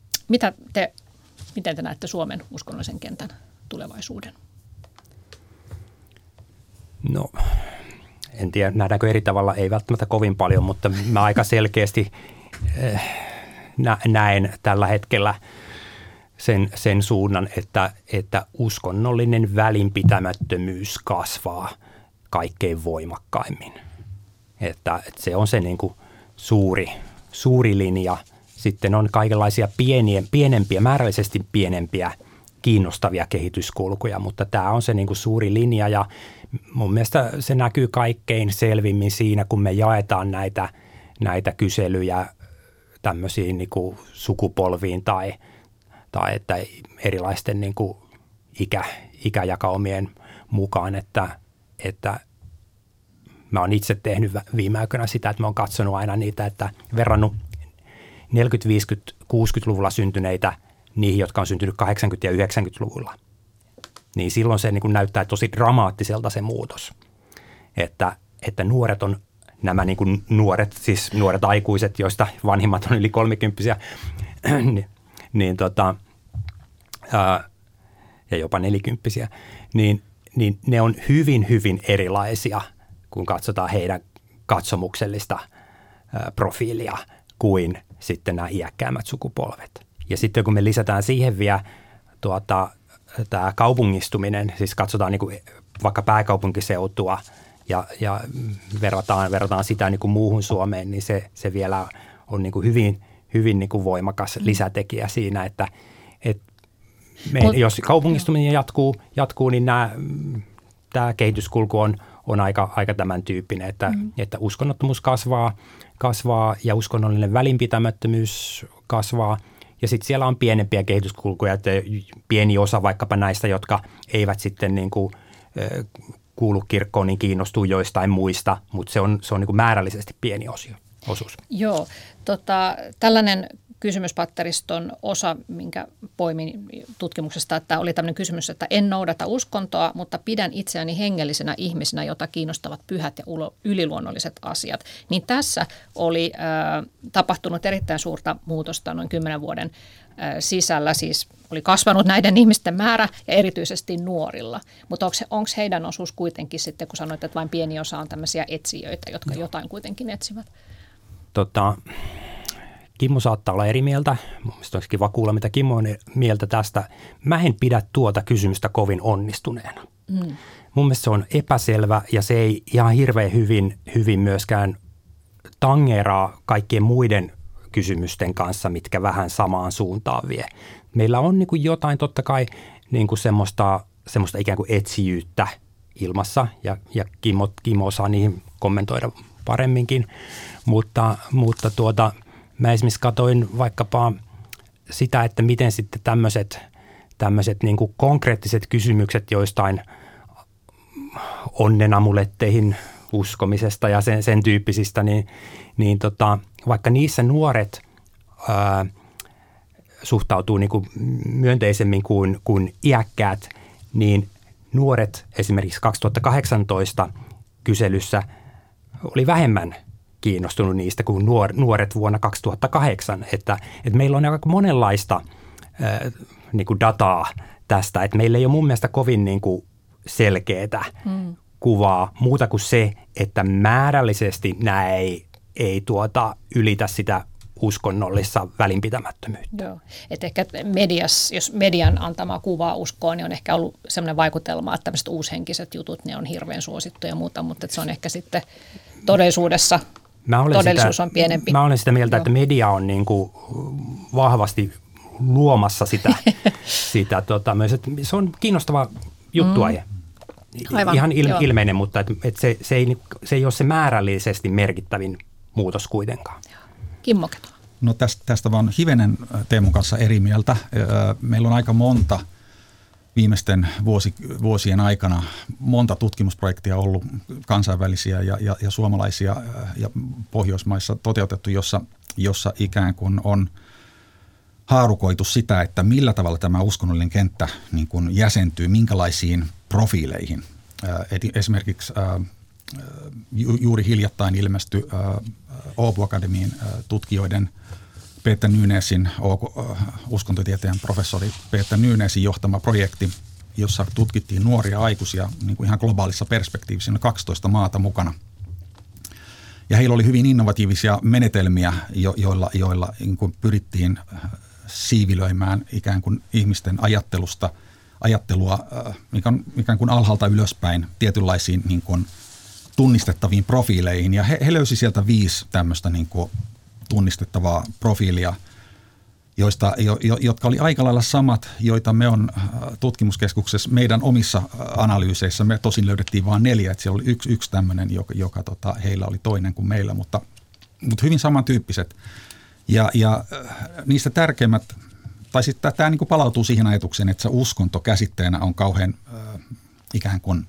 Miten te näette Suomen uskonnollisen kentän tulevaisuuden? No, en tiedä, nähdäänkö eri tavalla, ei välttämättä kovin paljon, mutta mä aika selkeästi näen tällä hetkellä sen suunnan, että uskonnollinen välinpitämättömyys kasvaa kaikkein voimakkaimmin. Että se on se niin kuin suuri linja. Sitten on kaikenlaisia pienempiä, määrällisesti pienempiä kiinnostavia kehityskulkuja, mutta tämä on se niin kuin suuri linja ja mun mielestä se näkyy kaikkein selvimmin siinä, kun me jaetaan näitä kyselyjä tämmöisiin niin kuin sukupolviin tai että erilaisten niin kuin ikäjakaumien mukaan, että mä oon itse tehnyt viime aikoina sitä, että mä oon katsonut aina niitä, että verrannut 40-, 50-, 60-luvulla syntyneitä niihin, jotka on syntynyt 80- ja 90-luvulla. Niin silloin se niin kuin näyttää tosi dramaattiselta se muutos, että nuoret on nämä niin kuin siis nuoret aikuiset, joista vanhimmat on yli 30-vuotiaita, ja jopa 40-vuotiaita, niin ne on hyvin, hyvin erilaisia, kun katsotaan heidän katsomuksellista profiilia kuin sitten nämä iäkkäämmät sukupolvet. Ja sitten kun me lisätään siihen vielä tämä kaupungistuminen, siis katsotaan niin kuin vaikka pääkaupunkiseutua ja verrataan sitä niin kuin muuhun Suomeen, niin se vielä on niin kuin hyvin, hyvin niin kuin voimakas lisätekijä siinä, että jos kaupungistuminen jatkuu niin tämä kehityskulku on aika tämän tyyppinen, että uskonnottomuus kasvaa ja uskonnollinen välinpitämättömyys kasvaa. Ja sitten siellä on pienempiä kehityskulkuja, että pieni osa vaikkapa näistä, jotka eivät sitten niin kuin kuulu kirkkoon, niin kiinnostuu joistain muista, mutta se on niin kuin määrällisesti pieni osuus. Joo, tällainen kysymyspatteriston osa, minkä poimin tutkimuksesta, että oli tämmöinen kysymys, että en noudata uskontoa, mutta pidän itseäni hengellisenä ihmisenä, jota kiinnostavat pyhät ja yliluonnolliset asiat. Niin tässä oli tapahtunut erittäin suurta muutosta noin 10 vuoden sisällä, siis oli kasvanut näiden ihmisten määrä ja erityisesti nuorilla. Mutta onko heidän osuus kuitenkin sitten, kun sanoit, että vain pieni osa on tämmöisiä etsijöitä, jotka jotain kuitenkin etsivät? Kimmo saattaa olla eri mieltä. Mielestäni olisi kiva kuulla, mitä Kimmo on mieltä tästä. Mä en pidä tuota kysymystä kovin onnistuneena. Mun mielestä se on epäselvä ja se ei ihan hirveän hyvin myöskään tangeeraa kaikkien muiden kysymysten kanssa, mitkä vähän samaan suuntaan vie. Meillä on niin kuin jotain totta kai niin kuin semmoista ikään kuin etsijyyttä ilmassa ja Kimmo osaa niihin kommentoida paremminkin, mutta mä esimerkiksi katsoin vaikkapa sitä, että miten sitten tämmöiset niin kuin konkreettiset kysymykset joistain onnenamuletteihin uskomisesta ja sen tyyppisistä, niin vaikka niissä nuoret suhtautuu niin kuin myönteisemmin kuin iäkkäät, niin nuoret esimerkiksi 2018 kyselyssä oli vähemmän kiinnostunut niistä kuin nuoret vuonna 2008, että meillä on aika monenlaista niin kuin dataa tästä, että meillä ei ole mun mielestä kovin niin kuin selkeätä kuvaa muuta kuin se, että määrällisesti nämä ei ylitä sitä uskonnollista välinpitämättömyyttä. Joo, että ehkä jos median antamaa kuvaa uskoa, niin on ehkä ollut sellainen vaikutelma, että tämmöiset uushenkiset jutut, ne on hirveän suosittuja ja muuta, mutta että se on ehkä sitten todellisuus on pienempi. Mä olen sitä mieltä, että media on niin kuin vahvasti luomassa sitä myös, että se on kiinnostava juttuaihe. Aivan, ihan ilmeinen, mutta se ei ole se määrällisesti merkittävin muutos kuitenkaan. Kimmo Ketola. No tästä vaan hivenen Teemun kanssa eri mieltä. Meillä on aika monta viimeisten vuosien aikana monta tutkimusprojektia ollut kansainvälisiä ja suomalaisia ja Pohjoismaissa toteutettu, jossa ikään kuin on haarukoitu sitä, että millä tavalla tämä uskonnollinen kenttä niin kuin jäsentyy, minkälaisiin profiileihin. Esimerkiksi juuri hiljattain ilmestyi Åbo Akademiin tutkijoiden Peter Nynäsin, uskontotieteen professori Peter Nynäsin johtama projekti, jossa tutkittiin nuoria aikuisia niin kuin ihan globaalissa perspektiivissä, 12 maata mukana. Ja heillä oli hyvin innovatiivisia menetelmiä, joilla niin kuin pyrittiin siivilöimään ikään kuin ihmisten ajattelua ikään kuin alhaalta ylöspäin tietynlaisiin niin kuin tunnistettaviin profiileihin. Ja he löysi sieltä 5 tämmöistä niin kuin tunnistettavaa profiilia, jotka oli aika lailla samat, joita me on tutkimuskeskuksessa meidän omissa analyyseissa. Me tosin löydettiin vain 4, että siellä oli yksi tämmöinen, joka heillä oli toinen kuin meillä, mutta hyvin samantyyppiset. Ja niistä tärkeimmät, tai sitten tämä niin kuin palautuu siihen ajatukseen, että se uskonto käsitteenä on kauhean ikään kuin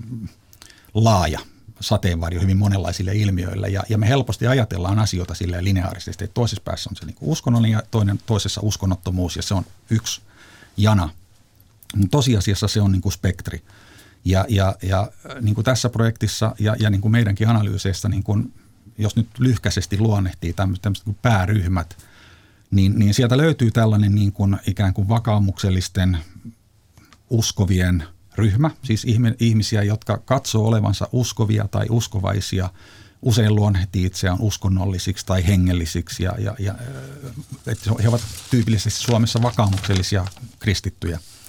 laaja sateenvarjo hyvin monenlaisille ilmiöille, ja me helposti ajatellaan asioita silleen lineaarisesti, että toisessa päässä on se niin kuin uskonnollinen ja toisessa uskonnottomuus, ja se on yksi jana. Mutta tosiasiassa se on niin kuin spektri. Ja niin kuin tässä projektissa ja niin kuin meidänkin analyyseissa, niin kuin, jos nyt lyhkäisesti luonnehtii tämmöiset kuin pääryhmät, niin sieltä löytyy tällainen niin kuin ikään kuin vakaumuksellisten uskovien ryhmä, siis ihmisiä, jotka katsoo olevansa uskovia tai uskovaisia, usein luonnehtii itseään uskonnollisiksi tai hengellisiksi, ja he ovat tyypillisesti Suomessa vakaumuksellisia kristittyjä.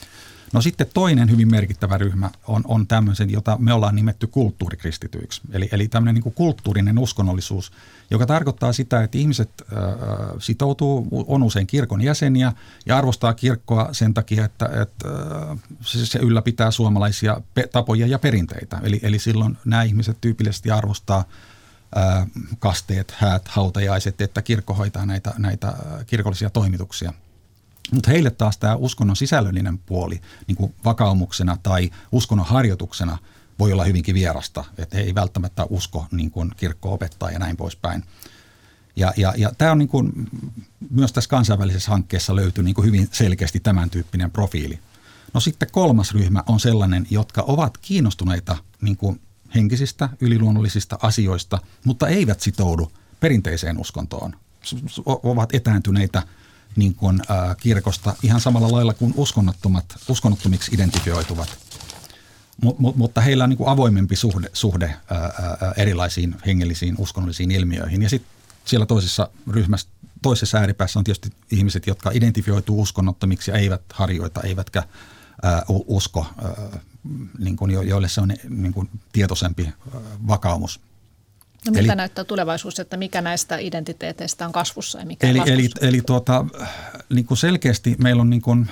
No sitten toinen hyvin merkittävä ryhmä on tämmöisen, jota me ollaan nimetty kulttuurikristityiksi. Eli tämmöinen niin kuin kulttuurinen uskonnollisuus, joka tarkoittaa sitä, että ihmiset sitoutuu, on usein kirkon jäseniä ja arvostaa kirkkoa sen takia, että se ylläpitää suomalaisia tapoja ja perinteitä. Eli silloin nämä ihmiset tyypillisesti arvostaa kasteet, häät, hautajaiset, että kirkko hoitaa näitä kirkollisia toimituksia. Mutta heille taas tämä uskonnon sisällöllinen puoli niin kuin vakaumuksena tai uskonnon harjoituksena voi olla hyvinkin vierasta, että he ei välttämättä usko niin kuin kirkko opettaa ja näin poispäin. Ja tämä on niin kuin, myös tässä kansainvälisessä hankkeessa löytyy niin kuin hyvin selkeästi tämän tyyppinen profiili. No sitten kolmas ryhmä on sellainen, jotka ovat kiinnostuneita niin kuin henkisistä, yliluonnollisista asioista, mutta eivät sitoudu perinteiseen uskontoon, ovat etääntyneitä niin kuin, kirkosta ihan samalla lailla kuin uskonnottomiksi identifioituvat. Mutta heillä on niin kuin avoimempi suhde erilaisiin hengellisiin uskonnollisiin ilmiöihin. Ja sitten siellä toisessa ääripäässä on tietysti ihmiset, jotka identifioituu uskonnottomiksi ja eivät harjoita, eivätkä usko, niin kuin joille se on niin kuin tietoisempi vakaumus. No miltä näyttää tulevaisuus, että mikä näistä identiteeteistä on kasvussa ja mikä on laskussa? Eli niin kuin selkeästi meillä on niin kuin,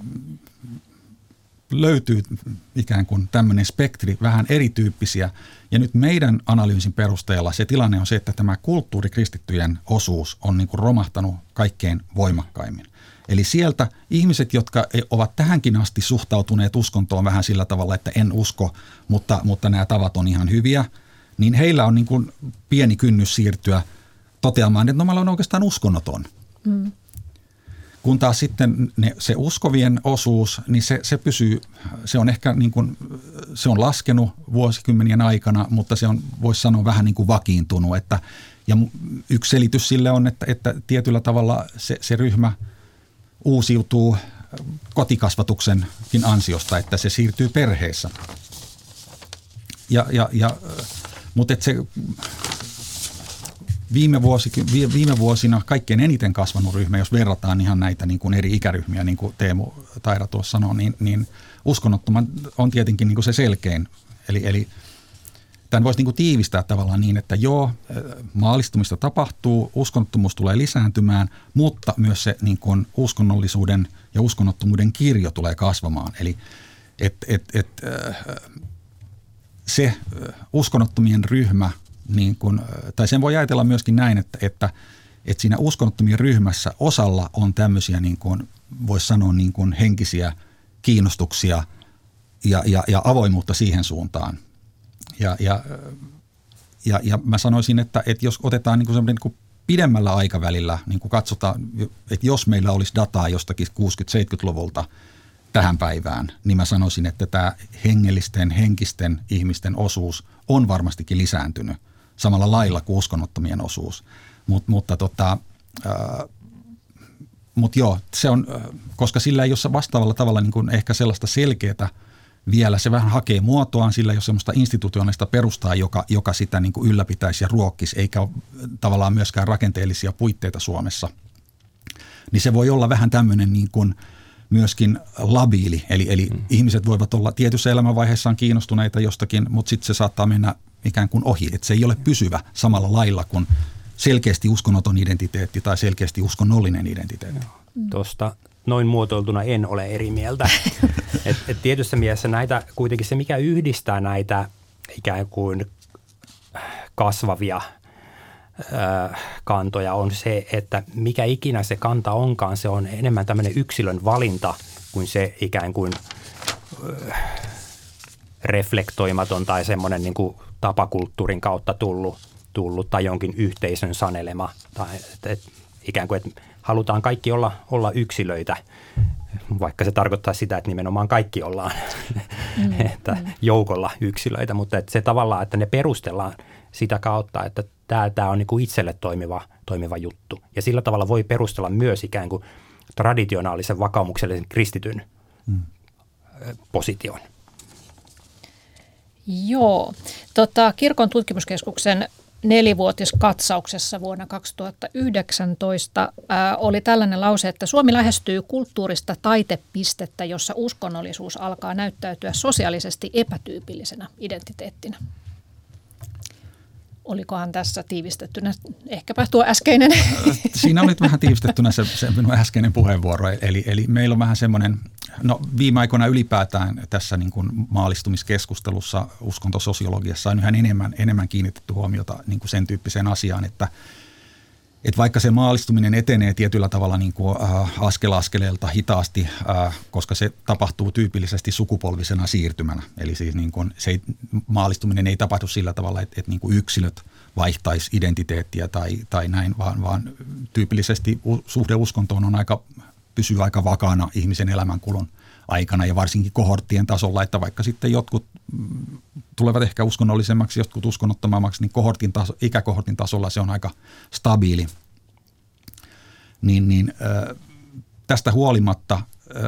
löytyy ikään kuin tämmöinen spektri, vähän erityyppisiä. Ja nyt meidän analyysin perusteella se tilanne on se, että tämä kulttuurikristittyjen osuus on niin kuin romahtanut kaikkein voimakkaimmin. Eli sieltä ihmiset, jotka ovat tähänkin asti suhtautuneet uskontoon vähän sillä tavalla, että en usko, mutta nämä tavat on ihan hyviä, niin heillä on niin kuin pieni kynnys siirtyä toteamaan, että no mä olen oikeastaan uskonnoton. Mm. Kun taas sitten se uskovien osuus, niin se pysyy, se on ehkä niin kuin, se on laskenut vuosikymmenien aikana, mutta se on, voisi sanoa, vähän niin kuin vakiintunut. Ja yksi selitys sille on, että tietyllä tavalla se ryhmä uusiutuu kotikasvatuksenkin ansiosta, että se siirtyy perheessä. Mutta se viime vuosina kaikkein eniten kasvanut ryhmä, jos verrataan ihan näitä niin kuin eri ikäryhmiä, niin kuin Teemu Taira tuossa sanoi, niin uskonnottoman on tietenkin niin kuin se selkein. Eli tämän voisi niin kuin tiivistää tavallaan niin, että joo, maallistumista tapahtuu, uskonnottomuus tulee lisääntymään, mutta myös se niin kuin uskonnollisuuden ja uskonnottomuuden kirjo tulee kasvamaan. Eli se uskonnottomien ryhmä, niin kun, tai sen voi ajatella myöskin näin, että siinä uskonnottomien ryhmässä osalla on tämmöisiä, niin kuin voisi sanoa, niin kuin henkisiä kiinnostuksia ja avoimuutta siihen suuntaan. Ja mä sanoisin, että jos otetaan niin kuin semmoinen niin kuin pidemmällä aikavälillä, niin kuin katsotaan, että jos meillä olisi dataa jostakin 60-70-luvulta tähän päivään, niin mä sanoisin, että tämä henkisten ihmisten osuus on varmastikin lisääntynyt samalla lailla kuin uskonnottomien osuus. Mutta joo, se on, koska sillä ei ole vastaavalla tavalla niin kuin ehkä sellaista selkeää vielä, se vähän hakee muotoaan, sillä ei ole semmoista institutionaalista perustaa, joka sitä niin kuin ylläpitäisi ja ruokkisi, eikä ole tavallaan myöskään rakenteellisia puitteita Suomessa. Niin se voi olla vähän tämmöinen niin kuin myöskin labiili, eli ihmiset voivat olla tietyssä elämänvaiheessaan kiinnostuneita jostakin, mutta sitten se saattaa mennä ikään kuin ohi, että se ei ole pysyvä samalla lailla kuin selkeästi uskonnoton identiteetti tai selkeästi uskonnollinen identiteetti. Tuosta noin muotoiltuna en ole eri mieltä. et tietyssä mielessä näitä kuitenkin se, mikä yhdistää näitä ikään kuin kasvavia kantoja on se, että mikä ikinä se kanta onkaan, se on enemmän tämmöinen yksilön valinta kuin se ikään kuin reflektoimaton tai semmoinen niin kuin tapakulttuurin kautta tullut tai jonkin yhteisön sanelema. Tai ikään kuin, että halutaan kaikki olla yksilöitä, vaikka se tarkoittaa sitä, että nimenomaan kaikki ollaan että joukolla yksilöitä, mutta että se tavallaan, että ne perustellaan sitä kautta, että tämä on niin kuin itselle toimiva juttu. Ja sillä tavalla voi perustella myös ikään kuin traditionaalisen vakaumuksellisen kristityn position. Joo. Kirkon tutkimuskeskuksen nelivuotiskatsauksessa vuonna 2019 oli tällainen lause, että Suomi lähestyy kulttuurista taitepistettä, jossa uskonnollisuus alkaa näyttäytyä sosiaalisesti epätyypillisenä identiteettinä. Olikohan tässä tiivistettynä ehkäpä tuo äskeinen? Siinä oli vähän tiivistettynä se minun äskeinen puheenvuoro. Eli meillä on vähän semmoinen, viime aikoina ylipäätään tässä niin kuin maallistumiskeskustelussa, uskontososiologiassa on yhä enemmän kiinnitetty huomiota niin kuin sen tyyppiseen asiaan, että vaikka se maallistuminen etenee tietyllä tavalla niin kuin askel askeleelta hitaasti, koska se tapahtuu tyypillisesti sukupolvisena siirtymänä. Eli siis niin kuin maallistuminen ei tapahdu sillä tavalla, että niin kuin yksilöt vaihtaisi identiteettiä tai näin, vaan tyypillisesti suhde uskontoon pysyy aika vakaana ihmisen elämänkulun aikana ja varsinkin kohorttien tasolla, että vaikka sitten jotkut tulevat ehkä uskonnollisemmaksi, jotkut uskonnottomammaksi, niin ikäkohortin tasolla se on aika stabiili. Tästä huolimatta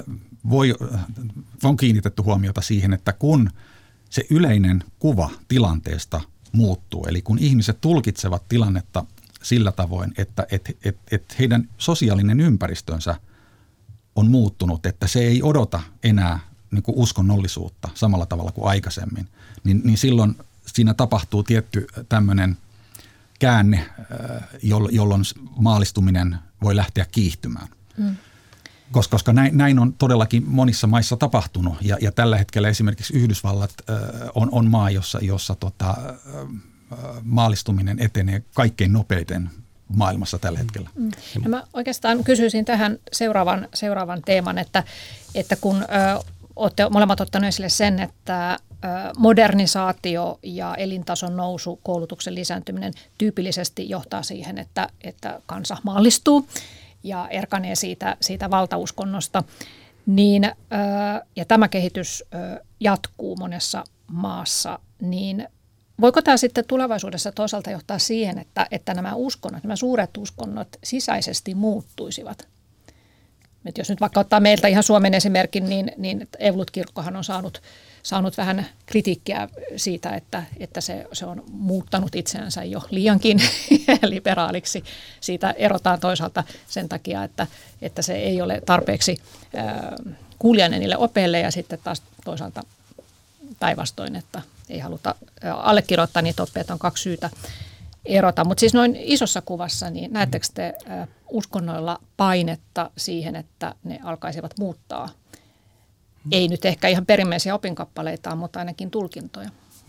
on kiinnitetty huomiota siihen, että kun se yleinen kuva tilanteesta muuttuu, eli kun ihmiset tulkitsevat tilannetta sillä tavoin, että heidän sosiaalinen ympäristönsä on muuttunut, että se ei odota enää niin kuin uskonnollisuutta samalla tavalla kuin aikaisemmin, niin silloin siinä tapahtuu tietty tämmöinen käänne, jolloin maallistuminen voi lähteä kiihtymään. Koska näin on todellakin monissa maissa tapahtunut ja tällä hetkellä esimerkiksi Yhdysvallat on maa, jossa maallistuminen etenee kaikkein nopeiten maailmassa tällä hetkellä. No mä oikeastaan kysyisin tähän seuraavan teeman, että kun olette molemmat ottaneet esille sen, että modernisaatio ja elintason nousu, koulutuksen lisääntyminen tyypillisesti johtaa siihen, että kansa maallistuu ja erkanee siitä valtauskonnosta, niin, ja tämä kehitys jatkuu monessa maassa, niin voiko tämä sitten tulevaisuudessa toisaalta johtaa siihen, että nämä uskonnot, nämä suuret uskonnot sisäisesti muuttuisivat? Et jos nyt vaikka ottaa meiltä ihan Suomen esimerkin, niin Evolut-kirkkohan on saanut vähän kritiikkiä siitä, että se on muuttanut itseänsä jo liiankin liberaaliksi. Siitä erotaan toisaalta sen takia, että se ei ole tarpeeksi kuulijainen niille opeille ja sitten taas toisaalta päinvastoin, että ei haluta allekirjoittaa niitä oppeita, on kaksi syytä erota. Mutta siis noin isossa kuvassa, niin näettekö te uskonnoilla painetta siihen, että ne alkaisivat muuttaa? Ei nyt ehkä ihan perimmäisiä opinkappaleita, mutta ainakin tulkintoja.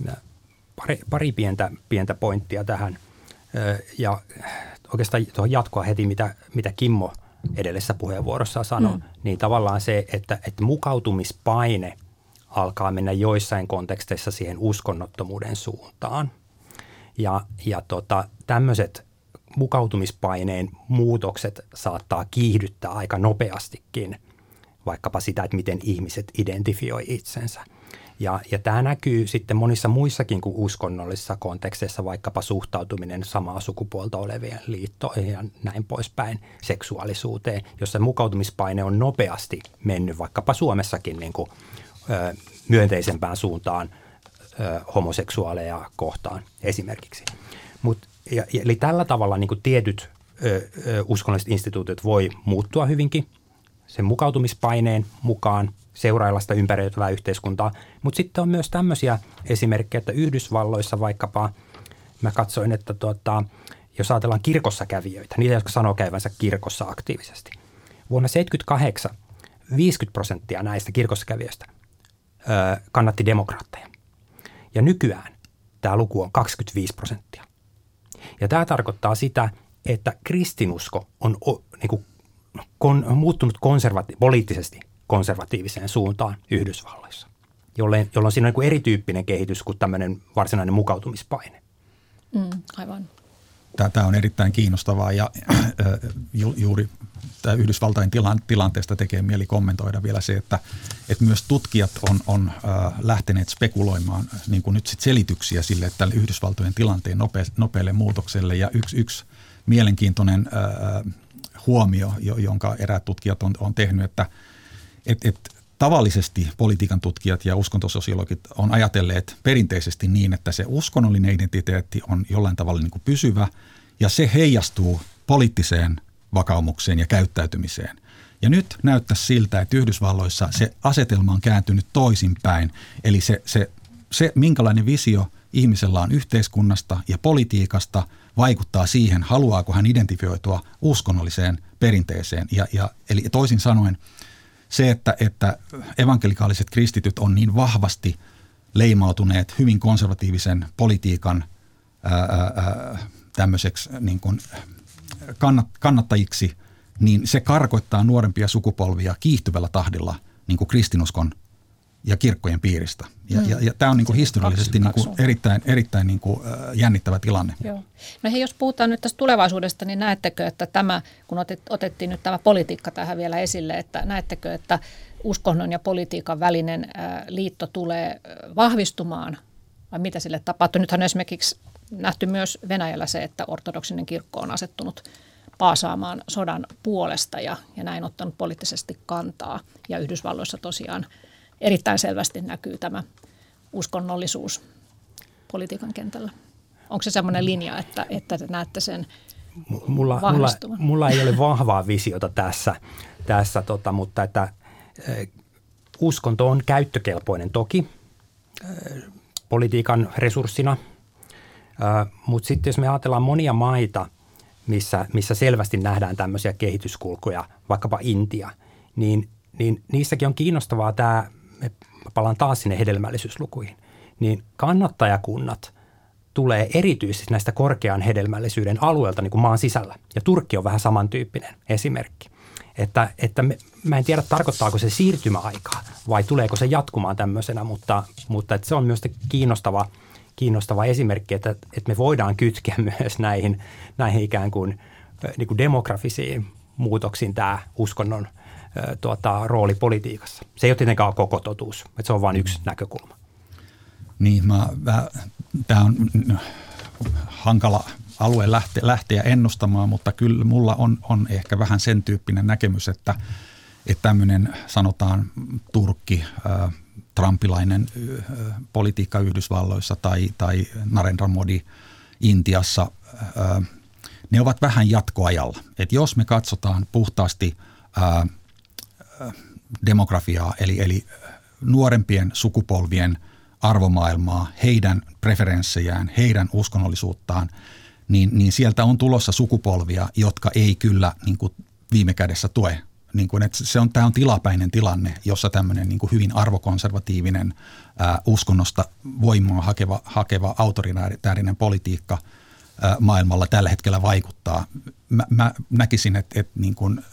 Pari pientä pointtia tähän. Ja oikeastaan tuohon jatkoa heti, mitä Kimmo edellisessä puheenvuorossa sanoi, niin tavallaan se, että mukautumispaine alkaa mennä joissain konteksteissa siihen uskonnottomuuden suuntaan. Ja tämmöiset mukautumispaineen muutokset saattaa kiihdyttää aika nopeastikin vaikkapa sitä, että miten ihmiset identifioi itsensä. Ja tämä näkyy sitten monissa muissakin kuin uskonnollisissa konteksteissa, vaikkapa suhtautuminen samaa sukupuolta olevien liittoihin ja näin poispäin, seksuaalisuuteen, jossa mukautumispaine on nopeasti mennyt vaikkapa Suomessakin niin kuin, myönteisempään suuntaan homoseksuaaleja kohtaan esimerkiksi. Eli tällä tavalla niin kuin tietyt uskonnolliset instituutiot voi muuttua hyvinkin sen mukautumispaineen mukaan, seurailla sitä ympäröivää yhteiskuntaa, mutta sitten on myös tämmöisiä esimerkkejä, että Yhdysvalloissa vaikkapa mä katsoin, että jos ajatellaan kirkossa kävijöitä, niitä, jotka sanoo käyvänsä kirkossa aktiivisesti. Vuonna 1978 50% näistä kirkossa kävijöistä kannatti demokraatteja. Ja nykyään tämä luku on 25%. Ja tämä tarkoittaa sitä, että kristinusko on muuttunut poliittisesti konservatiiviseen suuntaan Yhdysvalloissa, jolloin siinä on erityyppinen kehitys kuin tämmöinen varsinainen mukautumispaine. Aivan. Tämä on erittäin kiinnostavaa ja juuri tämä Yhdysvaltain tilanteesta tekee mieli kommentoida vielä se, että myös tutkijat on lähteneet spekuloimaan niin kuin nyt sit selityksiä sille, että tälle Yhdysvaltojen tilanteen nopealle muutokselle. Ja yksi mielenkiintoinen huomio, jonka eräät tutkijat on tehnyt, että tavallisesti politiikan tutkijat ja uskontososiologit on ajatelleet perinteisesti niin, että se uskonnollinen identiteetti on jollain tavalla niin kuin pysyvä ja se heijastuu poliittiseen vakaumukseen ja käyttäytymiseen. Ja nyt näyttäisi siltä, että Yhdysvalloissa se asetelma on kääntynyt toisinpäin. Eli se minkälainen visio ihmisellä on yhteiskunnasta ja politiikasta, vaikuttaa siihen, haluaako hän identifioitua uskonnolliseen perinteeseen. Eli toisin sanoen se, että evankelikaaliset kristityt on niin vahvasti leimautuneet hyvin konservatiivisen politiikan tämmöiseksi niin kuin kannattajiksi, niin se karkoittaa nuorempia sukupolvia kiihtyvällä tahdilla niin kuin kristinuskon ja kirkkojen piiristä. Ja tämä on niin kuin historiallisesti niin kuin erittäin niin kuin jännittävä tilanne. Joo. No hei, jos puhutaan nyt tästä tulevaisuudesta, niin näettekö, että tämä, kun otettiin nyt tämä politiikka tähän vielä esille, että näettekö, että uskonnon ja politiikan välinen liitto tulee vahvistumaan, vai mitä sille tapahtuu? Nythän on esimerkiksi nähty myös Venäjällä se, että ortodoksinen kirkko on asettunut paasaamaan sodan puolesta ja näin ottanut poliittisesti kantaa. Ja Yhdysvalloissa tosiaan erittäin selvästi näkyy tämä uskonnollisuus politiikan kentällä. Onko se semmoinen linja, että te näette sen vahvistuvan? Mulla ei ole vahvaa visiota tässä mutta että uskonto on käyttökelpoinen toki politiikan resurssina, mutta sitten jos me ajatellaan monia maita, missä selvästi nähdään tämmöisiä kehityskulkuja, vaikkapa Intia, niin niissäkin on kiinnostavaa tämä, palaan taas sinne hedelmällisyyslukuihin, niin kannattajakunnat tulee erityisesti näistä korkean hedelmällisyyden alueelta niin kuin maan sisällä. Ja Turkki on vähän samantyyppinen esimerkki. Mä en tiedä, tarkoittaako se siirtymäaikaa vai tuleeko se jatkumaan tämmöisenä, mutta että se on myös kiinnostava esimerkki, että me voidaan kytkeä myös näihin ikään kuin, niin kuin demografisiin muutoksiin tämä uskonnon rooli politiikassa. Se ei ole tietenkään koko totuus, että se on vain yksi näkökulma. Niin, tämä on hankala alue lähteä ennustamaan, mutta kyllä mulla on ehkä vähän sen tyyppinen näkemys, että tämmöinen sanotaan Turkki, trumpilainen politiikka Yhdysvalloissa tai Narendra Modi Intiassa, ne ovat vähän jatkoajalla. Et jos me katsotaan puhtaasti demografiaa, eli nuorempien sukupolvien arvomaailmaa, heidän preferenssejään, heidän uskonnollisuuttaan, niin sieltä on tulossa sukupolvia, jotka ei kyllä niin kuin viime kädessä tue. Niin kuin, että tämä on tilapäinen tilanne, jossa tämmöinen niin kuin hyvin arvokonservatiivinen uskonnosta voimaa hakeva autoritäärinen politiikka maailmalla tällä hetkellä vaikuttaa. Mä näkisin, että niin kuin,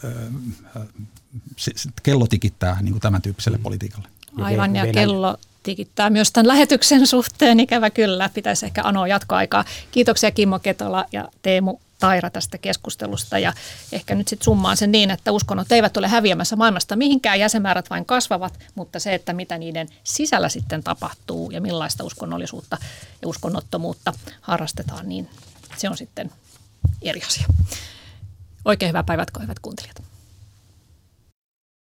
kello tikittää niin kuin tämän tyyppiselle politiikalle. Aivan, ja kello tikittää myös tämän lähetyksen suhteen, ikävä kyllä. Pitäisi ehkä anoa jatkoaikaa. Kiitoksia Kimmo Ketola ja Teemu Taira tästä keskustelusta, ja ehkä nyt sitten summaan sen niin, että uskonnot eivät ole häviämässä maailmasta mihinkään, jäsenmäärät vain kasvavat, mutta se, että mitä niiden sisällä sitten tapahtuu ja millaista uskonnollisuutta ja uskonnottomuutta harrastetaan, niin se on sitten eri asia. Oikein hyvää päivää, hyvät kuuntelijat.